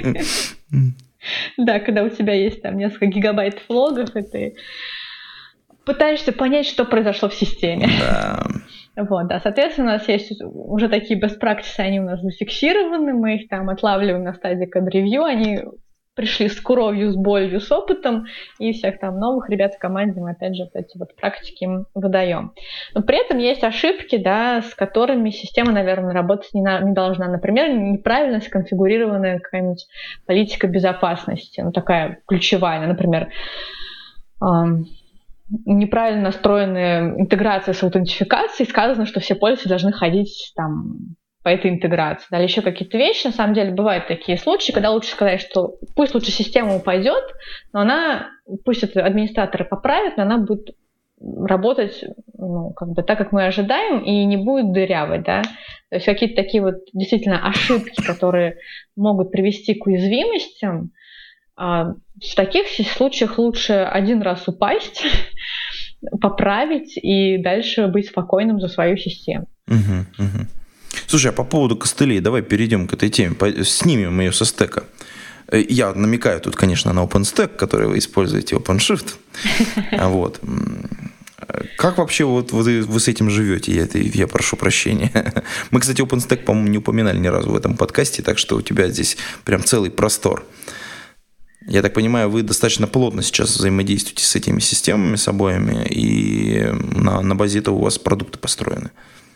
Да, когда у тебя есть там несколько гигабайт логов, и ты пытаешься понять, что произошло в системе. Да. Вот, да, соответственно, у нас есть уже такие best practices, они у нас зафиксированы, мы их там отлавливаем на стадии код-ревью, они пришли с кровью, с болью, с опытом, и всех там новых ребят в команде мы, опять же, вот эти вот практики им выдаем. Но при этом есть ошибки, да, с которыми система, наверное, работать не, на, не должна. Например, неправильно сконфигурированная какая-нибудь политика безопасности, ну, такая ключевая, например, эм, неправильно настроенная интеграция с аутентификацией, сказано, что все пользователи должны ходить там по этой интеграции. Далее еще какие-то вещи. На самом деле бывают такие случаи, когда лучше сказать, что пусть лучше система упадет, но она, пусть это администраторы поправят, но она будет работать, ну, как бы так, как мы ожидаем, и не будет дырявой, да. То есть какие-то такие вот действительно ошибки, которые могут привести к уязвимостям, в таких случаях лучше один раз упасть, поправить и дальше быть спокойным за свою систему. Угу, угу. Слушай, а по поводу костылей, давай перейдем к этой теме, снимем ее со стека. Я намекаю тут, конечно, на OpenStack, который вы используете, OpenShift. Вот. Как вообще вот вы, вы с этим живете? Я, это, я прошу прощения. Мы, кстати, OpenStack, по-моему, не упоминали ни разу в этом подкасте, так что у тебя здесь прям целый простор. Я так понимаю, вы достаточно плотно сейчас взаимодействуете с этими системами, с обоими, и на, на базе этого у вас продукты построены.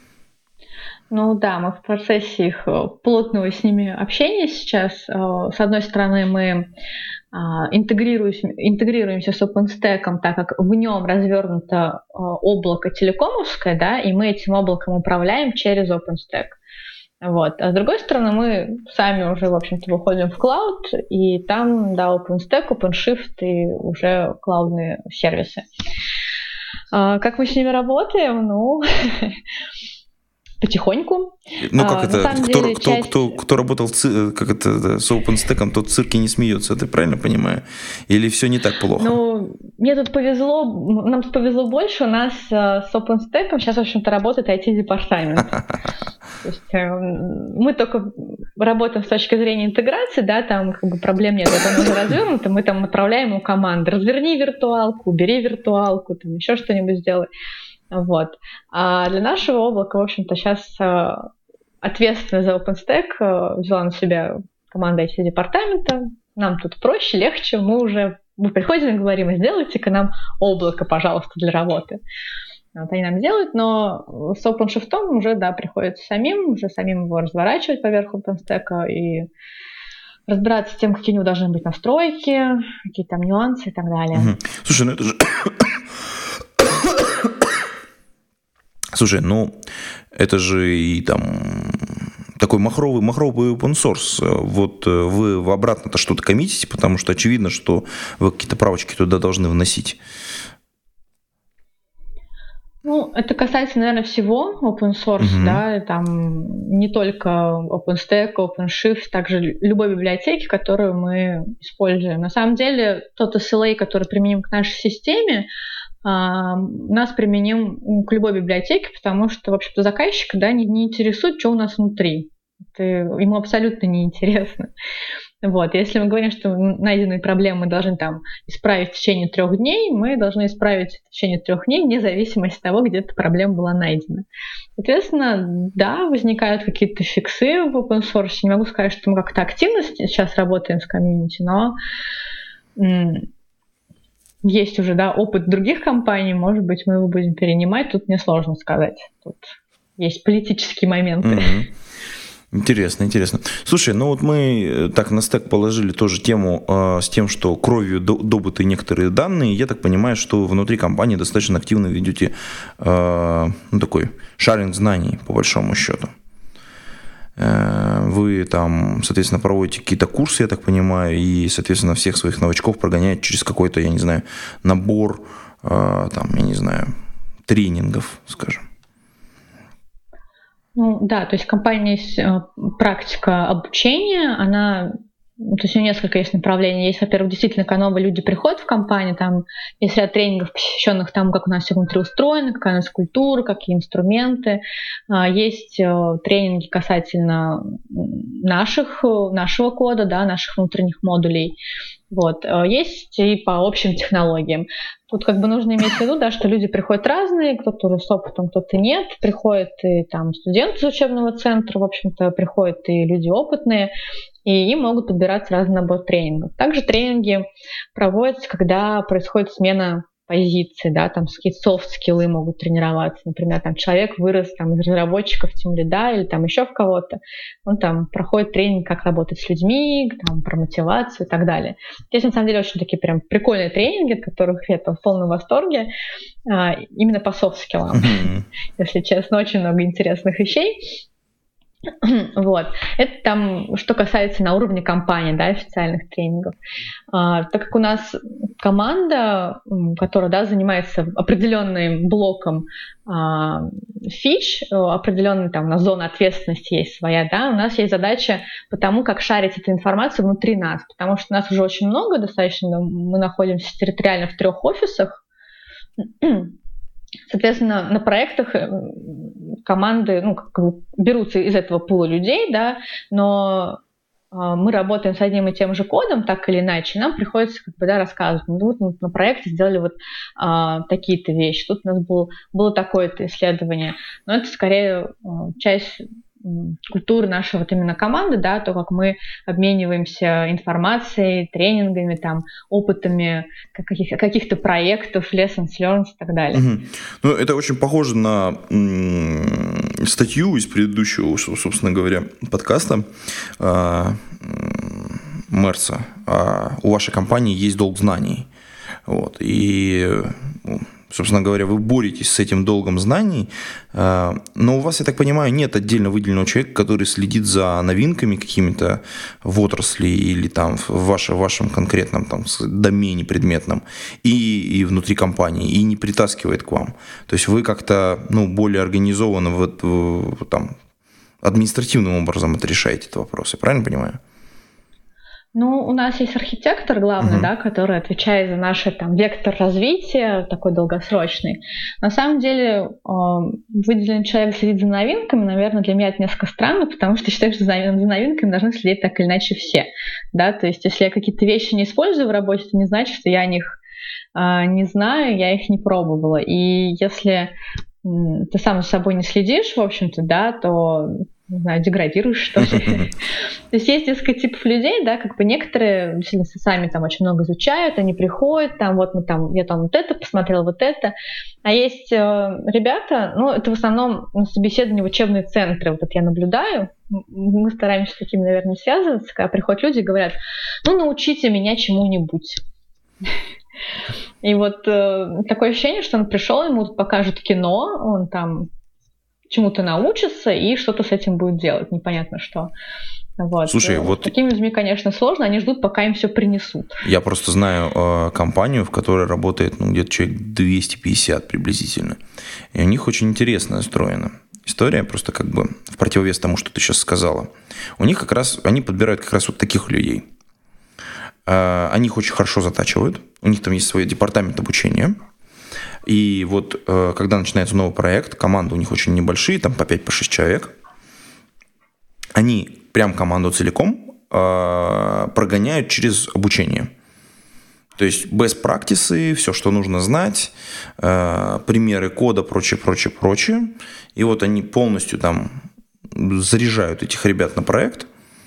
Ну да, мы в процессе их плотного с ними общения сейчас. С одной стороны, мы интегрируемся, интегрируемся с OpenStack, так как в нем развернуто облако телекомовское, да, и мы этим облаком управляем через OpenStack. Вот. А с другой стороны, мы сами уже, в общем-то, выходим в клауд, и там, да, OpenStack, OpenShift и уже клаудные сервисы. Как мы с ними работаем? Ну... Потихоньку. Ну, как а, это, кто, деле, кто, часть... кто, кто работал в ци... как это, с OpenStack, тот в цирке не смеется, ты правильно понимаю? Или все не так плохо? Ну, мне тут повезло, нам тут повезло больше, у нас с OpenStack сейчас, в общем-то, работает ай ти-департамент. То есть мы только работаем с точки зрения интеграции, да, там как бы проблем нет, это уже развернуто, мы там отправляем у команды, разверни виртуалку, убери виртуалку, там еще что-нибудь сделай. Вот. А для нашего облака, в общем-то, сейчас э, ответственность за OpenStack э, взяла на себя команда ай ти-департамента. Нам тут проще, легче. Мы уже мы приходим и говорим, сделайте-ка нам облако, пожалуйста, для работы. Вот они нам делают, но с OpenShift уже, да, приходится самим, уже самим его разворачивать поверх OpenStack и разбираться с тем, какие у него должны быть настройки, какие там нюансы и так далее. Угу. Слушай, ну это же... Слушай, ну, это же и там такой махровый, махровый open source. Вот вы обратно-то что-то коммитите, потому что очевидно, что вы какие-то правочки туда должны вносить. Ну, это касается, наверное, всего open source, mm-hmm. да, там не только OpenStack, OpenShift, также любой библиотеки, которую мы используем. На самом деле, тот эс эл эй, который применим к нашей системе, нас применим к любой библиотеке, потому что, в общем-то, заказчика, да, не, не интересует, что у нас внутри. Это ему абсолютно неинтересно. Вот. Если мы говорим, что найденные проблемы мы должны там исправить в течение трех дней, мы должны исправить в течение трех дней, вне зависимости от того, где эта проблема была найдена. Соответственно, да, возникают какие-то фиксы в open source. Не могу сказать, что мы как-то активно сейчас работаем с комьюнити, но м- есть уже, да, опыт других компаний, может быть, мы его будем перенимать, тут мне сложно сказать. Тут есть политические моменты. Mm-hmm. Интересно, интересно. Слушай, ну вот мы так на стек положили тоже тему э, с тем, что кровью добыты некоторые данные. Я так понимаю, что внутри компании достаточно активно ведете э, ну, такой шаринг знаний, по большому счету. Э, вы там, соответственно, проводите какие-то курсы, я так понимаю, и, соответственно, всех своих новичков прогоняете через какой-то, я не знаю, набор, э, там, я не знаю, тренингов, скажем. Ну да, то есть в компании есть практика обучения, она, то есть у нее несколько есть направлений. Есть, во-первых, действительно, когда новые люди приходят в компанию, там есть ряд тренингов, посвященных тому, как у нас все внутри устроено, какая у нас культура, какие инструменты. Есть тренинги касательно наших, нашего кода, да, наших внутренних модулей. Вот. Есть и по общим технологиям. Тут как бы нужно иметь в виду, да, что люди приходят разные, кто-то уже с опытом, кто-то нет. Приходят и там студенты из учебного центра, в общем-то, приходят и люди опытные, и им могут подбираться разный набор тренингов. Также тренинги проводятся, когда происходит смена позиции, да, там какие-то софт-скиллы могут тренироваться. Например, там человек вырос там, из разработчиков в тимлида или там еще в кого-то. Он там проходит тренинг, как работать с людьми, там, про мотивацию и так далее. Здесь, на самом деле, очень такие прям прикольные тренинги, от которых я там в полном восторге, а, именно по софт-скиллам. Mm-hmm. Если честно, очень много интересных вещей. Вот. Это там, что касается на уровне компании, да, официальных тренингов. А, так как у нас команда, которая, да, занимается определенным блоком а, фич, определенной там на зону ответственности есть своя, да, у нас есть задача по тому, как шарить эту информацию внутри нас, потому что нас уже очень много достаточно, мы находимся территориально в трех офисах. Соответственно, на проектах команды, ну, как бы берутся из этого пула людей, да, но э, мы работаем с одним и тем же кодом, так или иначе, нам приходится как бы, да, рассказывать, ну, вот мы на проекте сделали вот э, такие-то вещи, тут у нас был, было такое-то исследование, но это скорее э, часть культуры нашей вот именно команды, да, то, как мы обмениваемся информацией, тренингами, там, опытами каких- каких-то проектов, lessons learned и так далее. Угу. Ну, это очень похоже на м- статью из предыдущего, собственно говоря, подкаста э- Мерса. Э- у вашей компании есть долг знаний. Вот. И... Собственно говоря, вы боретесь с этим долгом знаний, но у вас, я так понимаю, нет отдельно выделенного человека, который следит за новинками какими-то в отрасли или там в, ваше, в вашем конкретном там, домене предметном и, и внутри компании, и не притаскивает к вам. То есть вы как-то ну, более организованно в, в, там, административным образом это решаете этот вопрос, я правильно понимаю? Ну, у нас есть архитектор главный, uh-huh. да, который отвечает за наш там, вектор развития, такой долгосрочный. На самом деле, выделенный человек следит за новинками, наверное, для меня это несколько странно, потому что я считаю, что за новинками должны следить так или иначе все. Да? То есть, если я какие-то вещи не использую в работе, это не значит, что я о них не знаю, я их не пробовала. И если ты сам за собой не следишь, в общем-то, да, то... не знаю, деградируешь, что ли. То есть есть несколько типов людей, да, как бы некоторые действительно сами там очень много изучают, они приходят, там вот мы там, я там вот это посмотрела, вот это. А есть э, ребята, ну, это в основном на собеседовании в учебные центры, вот это я наблюдаю, мы стараемся с такими, наверное, связываться, когда приходят люди и говорят, ну, научите меня чему-нибудь. И вот э, такое ощущение, что он пришел, ему покажут кино, он там чему-то научится и что-то с этим будет делать, непонятно что. Вот. Слушай, вот... С такими людьми, конечно, сложно, они ждут, пока им все принесут. Я просто знаю э, компанию, в которой работает ну, где-то человек двести пятьдесят приблизительно, и у них очень интересно устроена история, просто как бы в противовес тому, что ты сейчас сказала. У них как раз, они подбирают как раз вот таких людей. Э, они их очень хорошо затачивают, у них там есть свой департамент обучения. И вот когда начинается новый проект, команды у них очень небольшие, там по пять-шесть человек, они прям команду целиком э, прогоняют через обучение. То есть best practices, все, что нужно знать, э, примеры кода, прочее, прочее, прочее. И вот они полностью там заряжают этих ребят на проект.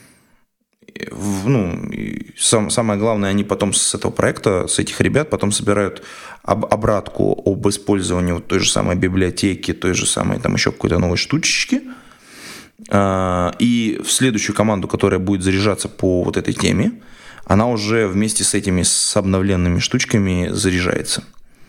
Ну, и сам, самое главное, они потом с этого проекта, с этих ребят, потом собирают об, обратку об использовании вот той же самой библиотеки, той же самой там еще какой-то новой штучечки. Э, и в следующую команду, которая будет заряжаться по вот этой теме, она уже вместе с этими с обновленными штучками заряжается.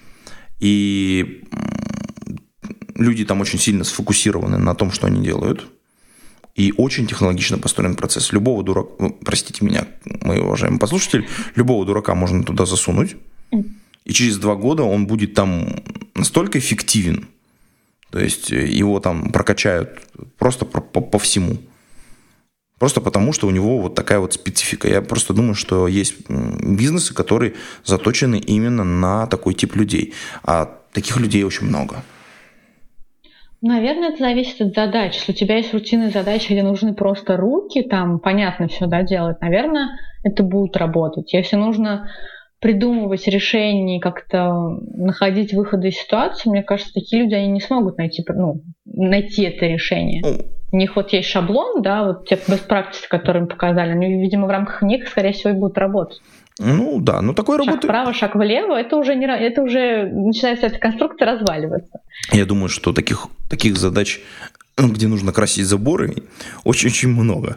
И люди там очень сильно сфокусированы на том, что они делают. И очень технологично построен процесс. Любого дурака, простите меня, мои уважаемые послушатели, любого дурака можно туда засунуть. И через два года он будет там настолько эффективен. То есть его там прокачают просто по, по, по всему. Просто потому, что у него вот такая вот специфика. Я просто думаю, что есть бизнесы, которые заточены именно на такой тип людей. А таких людей очень много. Наверное, это зависит от задач. Если у тебя есть рутинные задачи, где нужны просто руки, там понятно все, да, делать, наверное, это будет работать. Если нужно придумывать решения, как-то находить выходы из ситуации, мне кажется, такие люди, они не смогут найти, ну, найти это решение. У них вот есть шаблон, да, вот те best practices, которые им показали, они, видимо, в рамках них, скорее всего, и будут работать. Ну да, ну такой работы. Шаг вправо, шаг влево, это уже, не, это уже начинается эта конструкция разваливаться. Я думаю, что таких, таких задач, где нужно красить заборы, очень-очень много.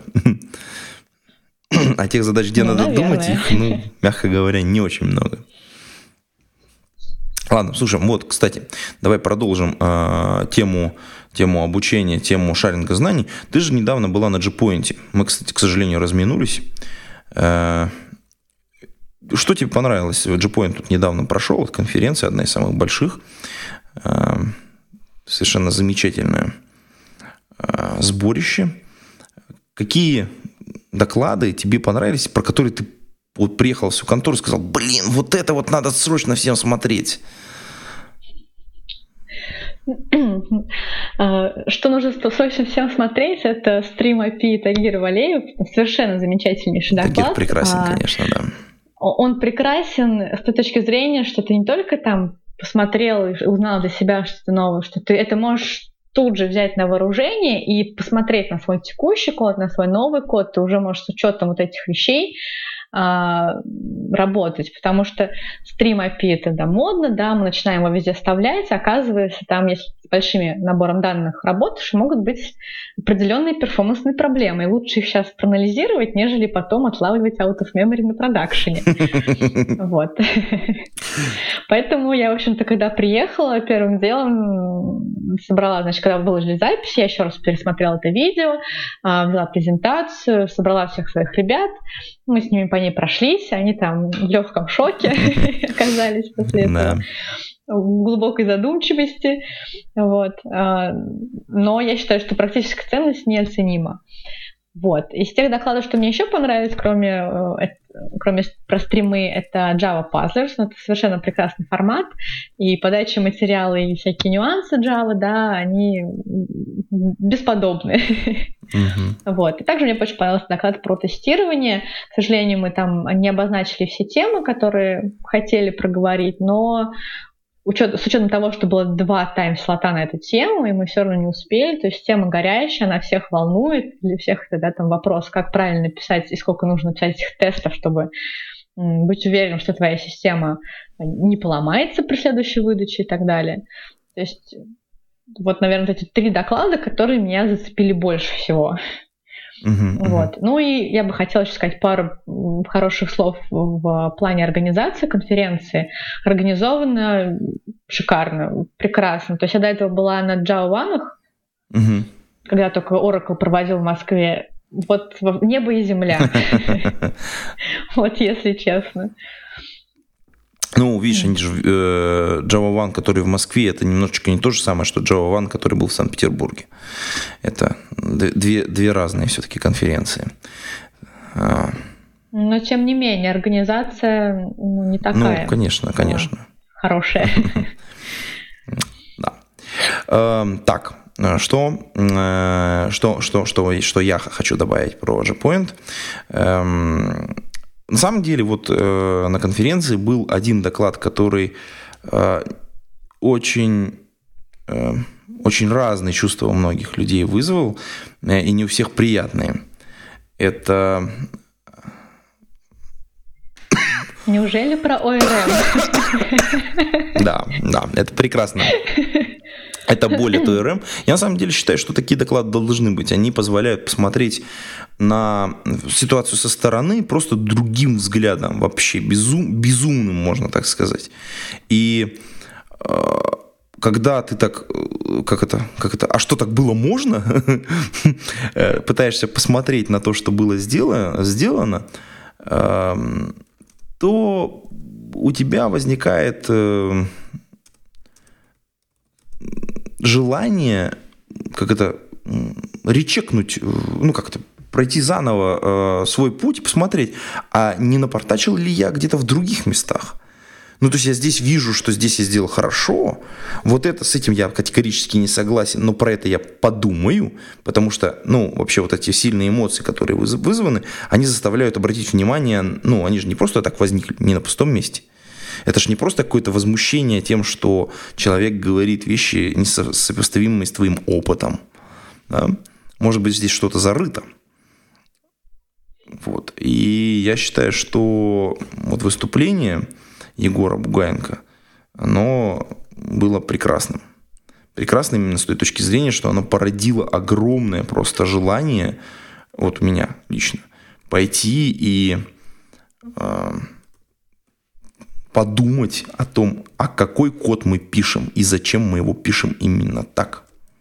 А тех задач, где ну, надо наверное. думать, их, ну, мягко говоря, не очень много. Ладно, слушай, вот, кстати, давай продолжим э, тему, тему обучения, тему шаринга знаний. Ты же недавно была на JPoint. Мы, кстати, к сожалению, разминулись. Э, что тебе понравилось? JPoint тут недавно прошел, вот конференция, одна из самых больших. Э, совершенно замечательное э, сборище. Какие доклады тебе понравились, про которые ты вот приехал в всю контору и сказал, блин, вот это вот надо срочно всем смотреть? Что нужно срочно всем смотреть, это стрим эй пи Тагир Валеев. Совершенно замечательнейший доклад. Тагир прекрасен, а, конечно, да. Он прекрасен с той точки зрения, что ты не только там посмотрел и узнал для себя что-то новое, что ты это можешь тут же взять на вооружение и посмотреть на свой текущий код, на свой новый код, ты уже можешь с учетом вот этих вещей а, работать, потому что стрим эй пи это да, модно, да, мы начинаем его везде вставлять, оказывается, там, если с большими набором данных работаешь, могут быть определенные перформансные проблемы, и лучше их сейчас проанализировать, нежели потом отлавливать out of memory на продакшене. Вот. Поэтому я, в общем-то, когда приехала, первым делом собрала, значит, когда выложили запись, я еще раз пересмотрела это видео, взяла презентацию, собрала всех своих ребят, мы с ними по ней прошлись, они там в легком шоке оказались после этого, в глубокой задумчивости, вот. Но я считаю, что практическая ценность неоценима. Вот. Из тех докладов, что мне еще понравилось, кроме, кроме про стримы, это Java Puzzlers. Это совершенно прекрасный формат. И подача материала и всякие нюансы Java, да, они бесподобны. Mm-hmm. Вот. И также мне очень понравился доклад про тестирование. К сожалению, мы там не обозначили все темы, которые хотели проговорить, но Учет, с учетом того, что было два тайм-слота на эту тему, и мы все равно не успели, то есть тема горящая, она всех волнует, для всех тогда там вопрос, как правильно писать и сколько нужно писать этих тестов, чтобы м, быть уверенным, что твоя система не поломается при следующей выдаче и так далее. То есть вот, наверное, эти три доклада, которые меня зацепили больше всего. Uh-huh, uh-huh. Вот. Ну и я бы хотела еще сказать пару хороших слов в плане организации конференции. Организовано шикарно, прекрасно. То есть я до этого была на Java One, uh-huh. когда только Oracle проводил в Москве. Вот небо и земля. Вот если честно. Ну, видишь, они же, э, Java One, который в Москве, это немножечко не то же самое, что Java One, который был в Санкт-Петербурге. Это две, две разные все-таки конференции. Но, тем не менее, организация ну, не такая. Ну, конечно, конечно. Хорошая. Да. Так, что, что, что, что, что я хочу добавить про JPoint. На самом деле, вот на конференции был один доклад, который очень, очень разные чувства у многих людей вызвал, и не у всех приятные. Это... Неужели про о эр эм? Да, да, это прекрасно. Это боль от о эр эм. Я на самом деле считаю, что такие доклады должны быть. Они позволяют посмотреть на ситуацию со стороны просто другим взглядом, вообще безум, безумным, можно так сказать. И когда ты так, как это, как это, а что так было можно, пытаешься посмотреть на то, что было сделано, сделано, то у тебя возникает желание, как это, речекнуть, ну как это, пройти заново э, свой путь и посмотреть, а не напортачил ли я где-то в других местах. Ну, то есть я здесь вижу, что здесь я сделал хорошо, вот это, с этим я категорически не согласен, но про это я подумаю, потому что, ну, вообще вот эти сильные эмоции, которые вызваны, они заставляют обратить внимание, ну, они же не просто так возникли, не на пустом месте. Это же не просто какое-то возмущение тем, что человек говорит вещи, несопоставимые с твоим опытом. Да? Может быть, здесь что-то зарыто. Вот. И я считаю, что вот выступление Егора Бугаенко, оно было прекрасным. Прекрасным именно с той точки зрения, что оно породило огромное просто желание, вот у меня лично, пойти и э, подумать о том, а какой код мы пишем и зачем мы его пишем именно так.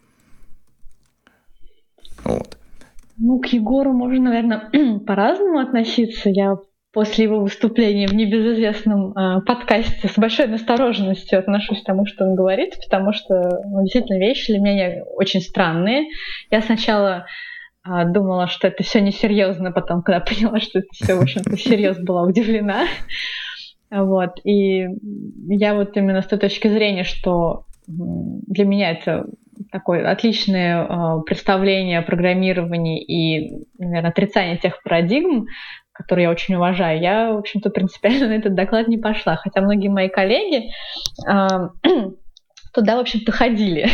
Вот. Ну, к Егору можно, наверное, по-разному относиться. Я после его выступления в небезызвестном э, подкасте с большой настороженностью отношусь к тому, что он говорит, потому что ну, действительно вещи для меня очень странные. Я сначала э, думала, что это все несерьезно, потом, когда поняла, что это все, в общем-то, всерьез, была удивлена. Вот. И я вот именно с той точки зрения, что для меня это такое отличное э, представление о программировании и, наверное, отрицание тех парадигм, которые я очень уважаю, я, в общем-то, принципиально на этот доклад не пошла. Хотя многие мои коллеги э, туда, в общем-то, ходили.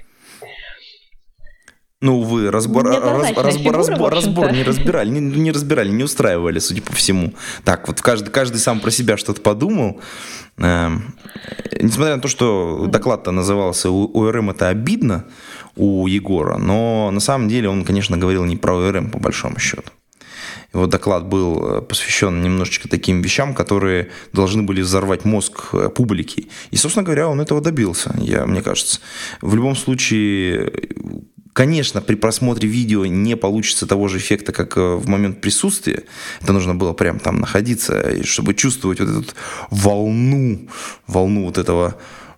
Ну, вы разбор, раз, разбор, фигура, разбор, разбор не разбирали, не, не разбирали, не устраивали, судя по всему. Так, вот каждый, каждый сам про себя что-то подумал. Э, несмотря на то, что доклад-то назывался «о эр эм это обидно» у Егора, но на самом деле он, конечно, говорил не про о эр эм по большому счету. Его доклад был посвящен немножечко таким вещам, которые должны были взорвать мозг публики. И, собственно говоря, он этого добился, я, мне кажется. В любом случае, конечно, при просмотре видео не получится того же эффекта, как в момент присутствия. Это нужно было прям там находиться, чтобы чувствовать вот эту волну, волну вот этого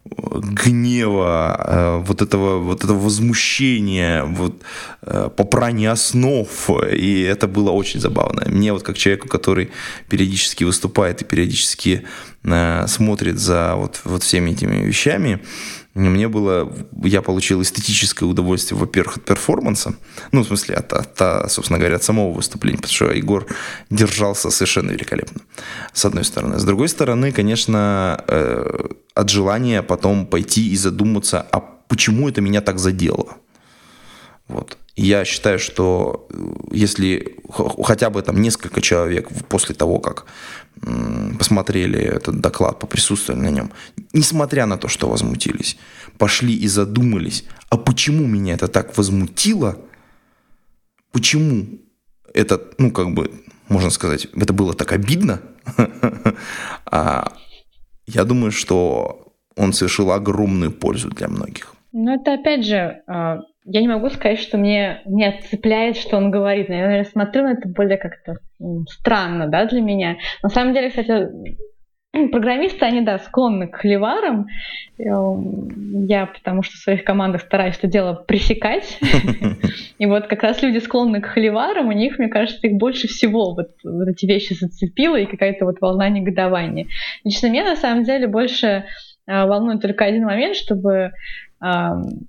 гнева, вот этого, вот этого возмущения, вот, попрания основ, и это было очень забавно. Мне вот как человеку, который периодически выступает и периодически э, смотрит за вот, вот всеми этими вещами, мне было, я получил эстетическое удовольствие, во-первых, от перформанса, ну, в смысле, от, от, собственно говоря, от самого выступления, потому что Егор держался совершенно великолепно, с одной стороны. С другой стороны, конечно, э, от желания потом пойти и задуматься, а почему это меня так задело. Вот. Я считаю, что если хотя бы там несколько человек после того, как посмотрели этот доклад, поприсутствовали на нем, несмотря на то, что возмутились, пошли и задумались, а почему меня это так возмутило, почему это, ну, как бы, можно сказать, это было так обидно, я думаю, что он совершил огромную пользу для многих. Ну, это опять же, я не могу сказать, что мне, меня цепляет, что он говорит. Я, наверное, смотрю на это более как-то странно, да, для меня. На самом деле, кстати, программисты, они, да, склонны к холиварам. Я, потому что в своих командах стараюсь это дело пресекать. И вот как раз люди, склонны к холиварам, у них, мне кажется, их больше всего вот, вот эти вещи зацепило, и какая-то вот волна негодования. Лично меня, на самом деле, больше волнует только один момент, чтобы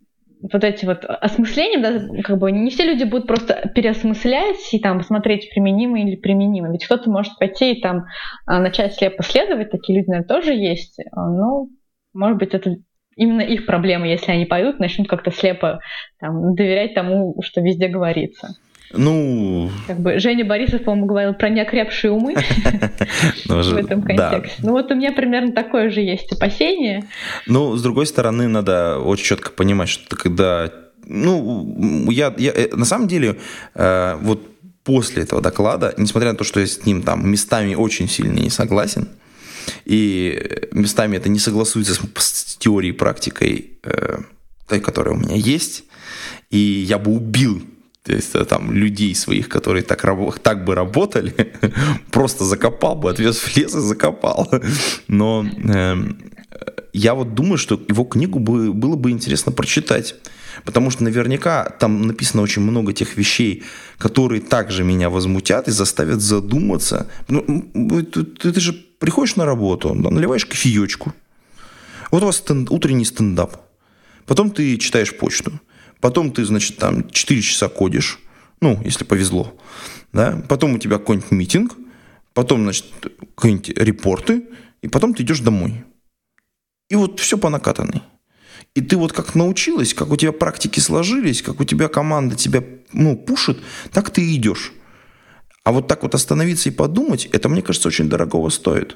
вот эти вот осмысления, да, как бы не все люди будут просто переосмыслять и там посмотреть, применимо или применимо. Ведь кто-то может пойти и там начать слепо следовать, такие люди, наверное, тоже есть. Но, может быть, это именно их проблема, если они пойдут, начнут как-то слепо там, доверять тому, что везде говорится. Ну... Как бы Женя Борисов, по-моему, говорил про неокрепшие умы в этом контексте. Ну вот у меня примерно такое же есть опасение. Ну, с другой стороны, надо очень четко понимать, что когда... Ну, я, я на самом деле, вот после этого доклада, несмотря на то, что я с ним там местами очень сильно не согласен, и местами это не согласуется с, с теорией и практикой, той, которая у меня есть, и я бы убил то есть, там, людей своих, которые так, так бы работали, просто закопал бы, отвез в лес и закопал. Но э, я вот думаю, что его книгу бы, было бы интересно прочитать, потому что наверняка там написано очень много тех вещей, которые также меня возмутят и заставят задуматься. Ну, ты, ты же приходишь на работу, наливаешь кофеечку, вот у вас стенд, утренний стендап, потом ты читаешь почту, потом ты, значит, там четыре часа кодишь, ну, если повезло, да, потом у тебя какой-нибудь митинг, потом, значит, какие-нибудь репорты, и потом ты идешь домой. И вот все по накатанной. И ты вот как научилась, как у тебя практики сложились, как у тебя команда тебя, ну, пушит, так ты и идешь. А вот так вот остановиться и подумать, это, мне кажется, очень дорогого стоит.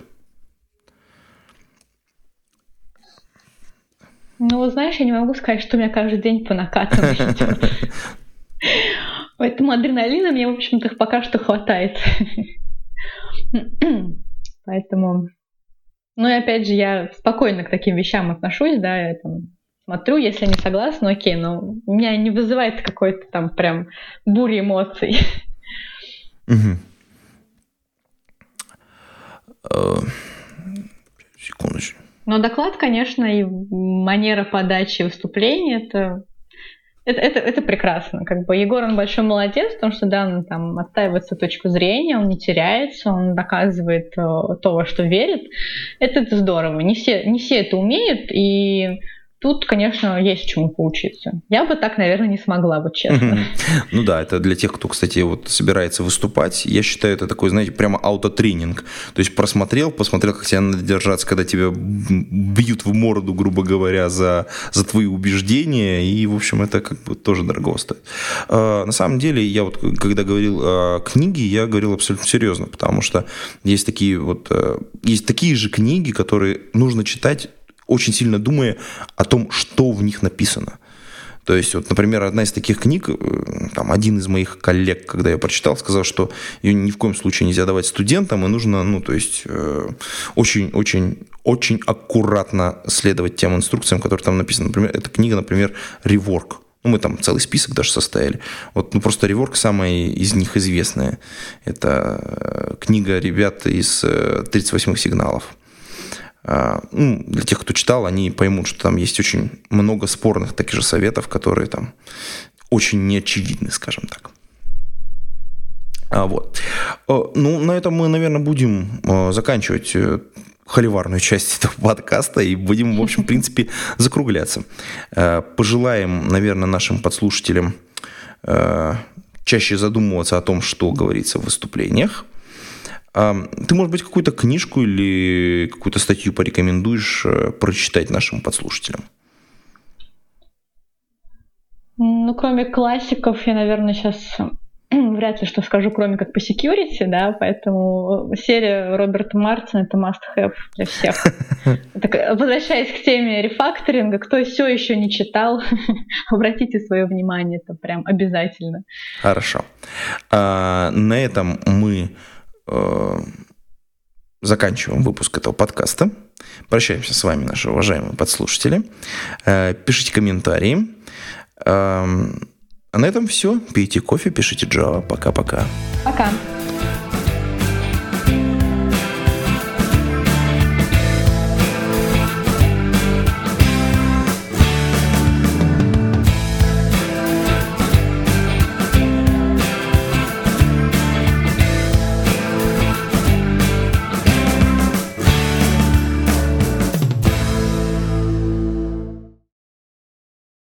Ну, знаешь, я не могу сказать, что у меня каждый день по накатанной идет. Поэтому адреналина мне, в общем-то, пока что хватает. Поэтому... Ну и опять же, я спокойно к таким вещам отношусь, да, я там смотрю, если не согласна, окей, но меня не вызывает какой-то там прям бури эмоций. Секундочку. Но доклад, конечно, и манера подачи выступления, это, это, это, это прекрасно. Как бы Егор, он большой молодец, потому что, да, он там отстаивает свою точку зрения, он не теряется, он доказывает то, во что верит. Это, это здорово. Не все, не все это умеют, и тут, конечно, есть чему поучиться. Я бы так, наверное, не смогла, вот честно. Ну да, это для тех, кто, кстати, вот собирается выступать. Я считаю, это такой, знаете, прямо аутотренинг. То есть просмотрел, посмотрел, как тебя надо держаться, когда тебя бьют в морду, грубо говоря, за, за твои убеждения. И, в общем, это как бы тоже дорого стоит. А, на самом деле, я вот, когда говорил о книге, я говорил абсолютно серьезно, потому что есть такие вот, есть такие же книги, которые нужно читать, очень сильно думая о том, что в них написано. То есть, вот, например, одна из таких книг, там, один из моих коллег, когда я прочитал, сказал, что ее ни в коем случае нельзя давать студентам, и нужно, ну, то есть, очень-очень-очень аккуратно следовать тем инструкциям, которые там написаны. Например, эта книга, например, «Rework». Ну, мы там целый список даже составили. Вот, ну, просто «Rework» самая из них известная. Это книга ребят из тридцать восьмых сигналов. Ну, для тех, кто читал, они поймут, что там есть очень много спорных таких же советов, которые там очень неочевидны, скажем так. А вот. Ну, на этом мы, наверное, будем заканчивать холиварную часть этого подкаста и будем, в общем, в принципе, закругляться. Пожелаем, наверное, нашим подслушателям чаще задумываться о том, что говорится в выступлениях. Ты, может быть, какую-то книжку или какую-то статью порекомендуешь прочитать нашим подслушателям? Ну, кроме классиков, я, наверное, сейчас вряд ли что скажу, кроме как по security, да, поэтому серия Роберта Мартина — это must-have для всех. Возвращаясь к теме рефакторинга, кто все еще не читал, обратите свое внимание, это прям обязательно. Хорошо. А, на этом мы заканчиваем выпуск этого подкаста. Прощаемся с вами, наши уважаемые подслушатели. Пишите комментарии. А на этом все. Пейте кофе, пишите Java. Пока-пока. Пока.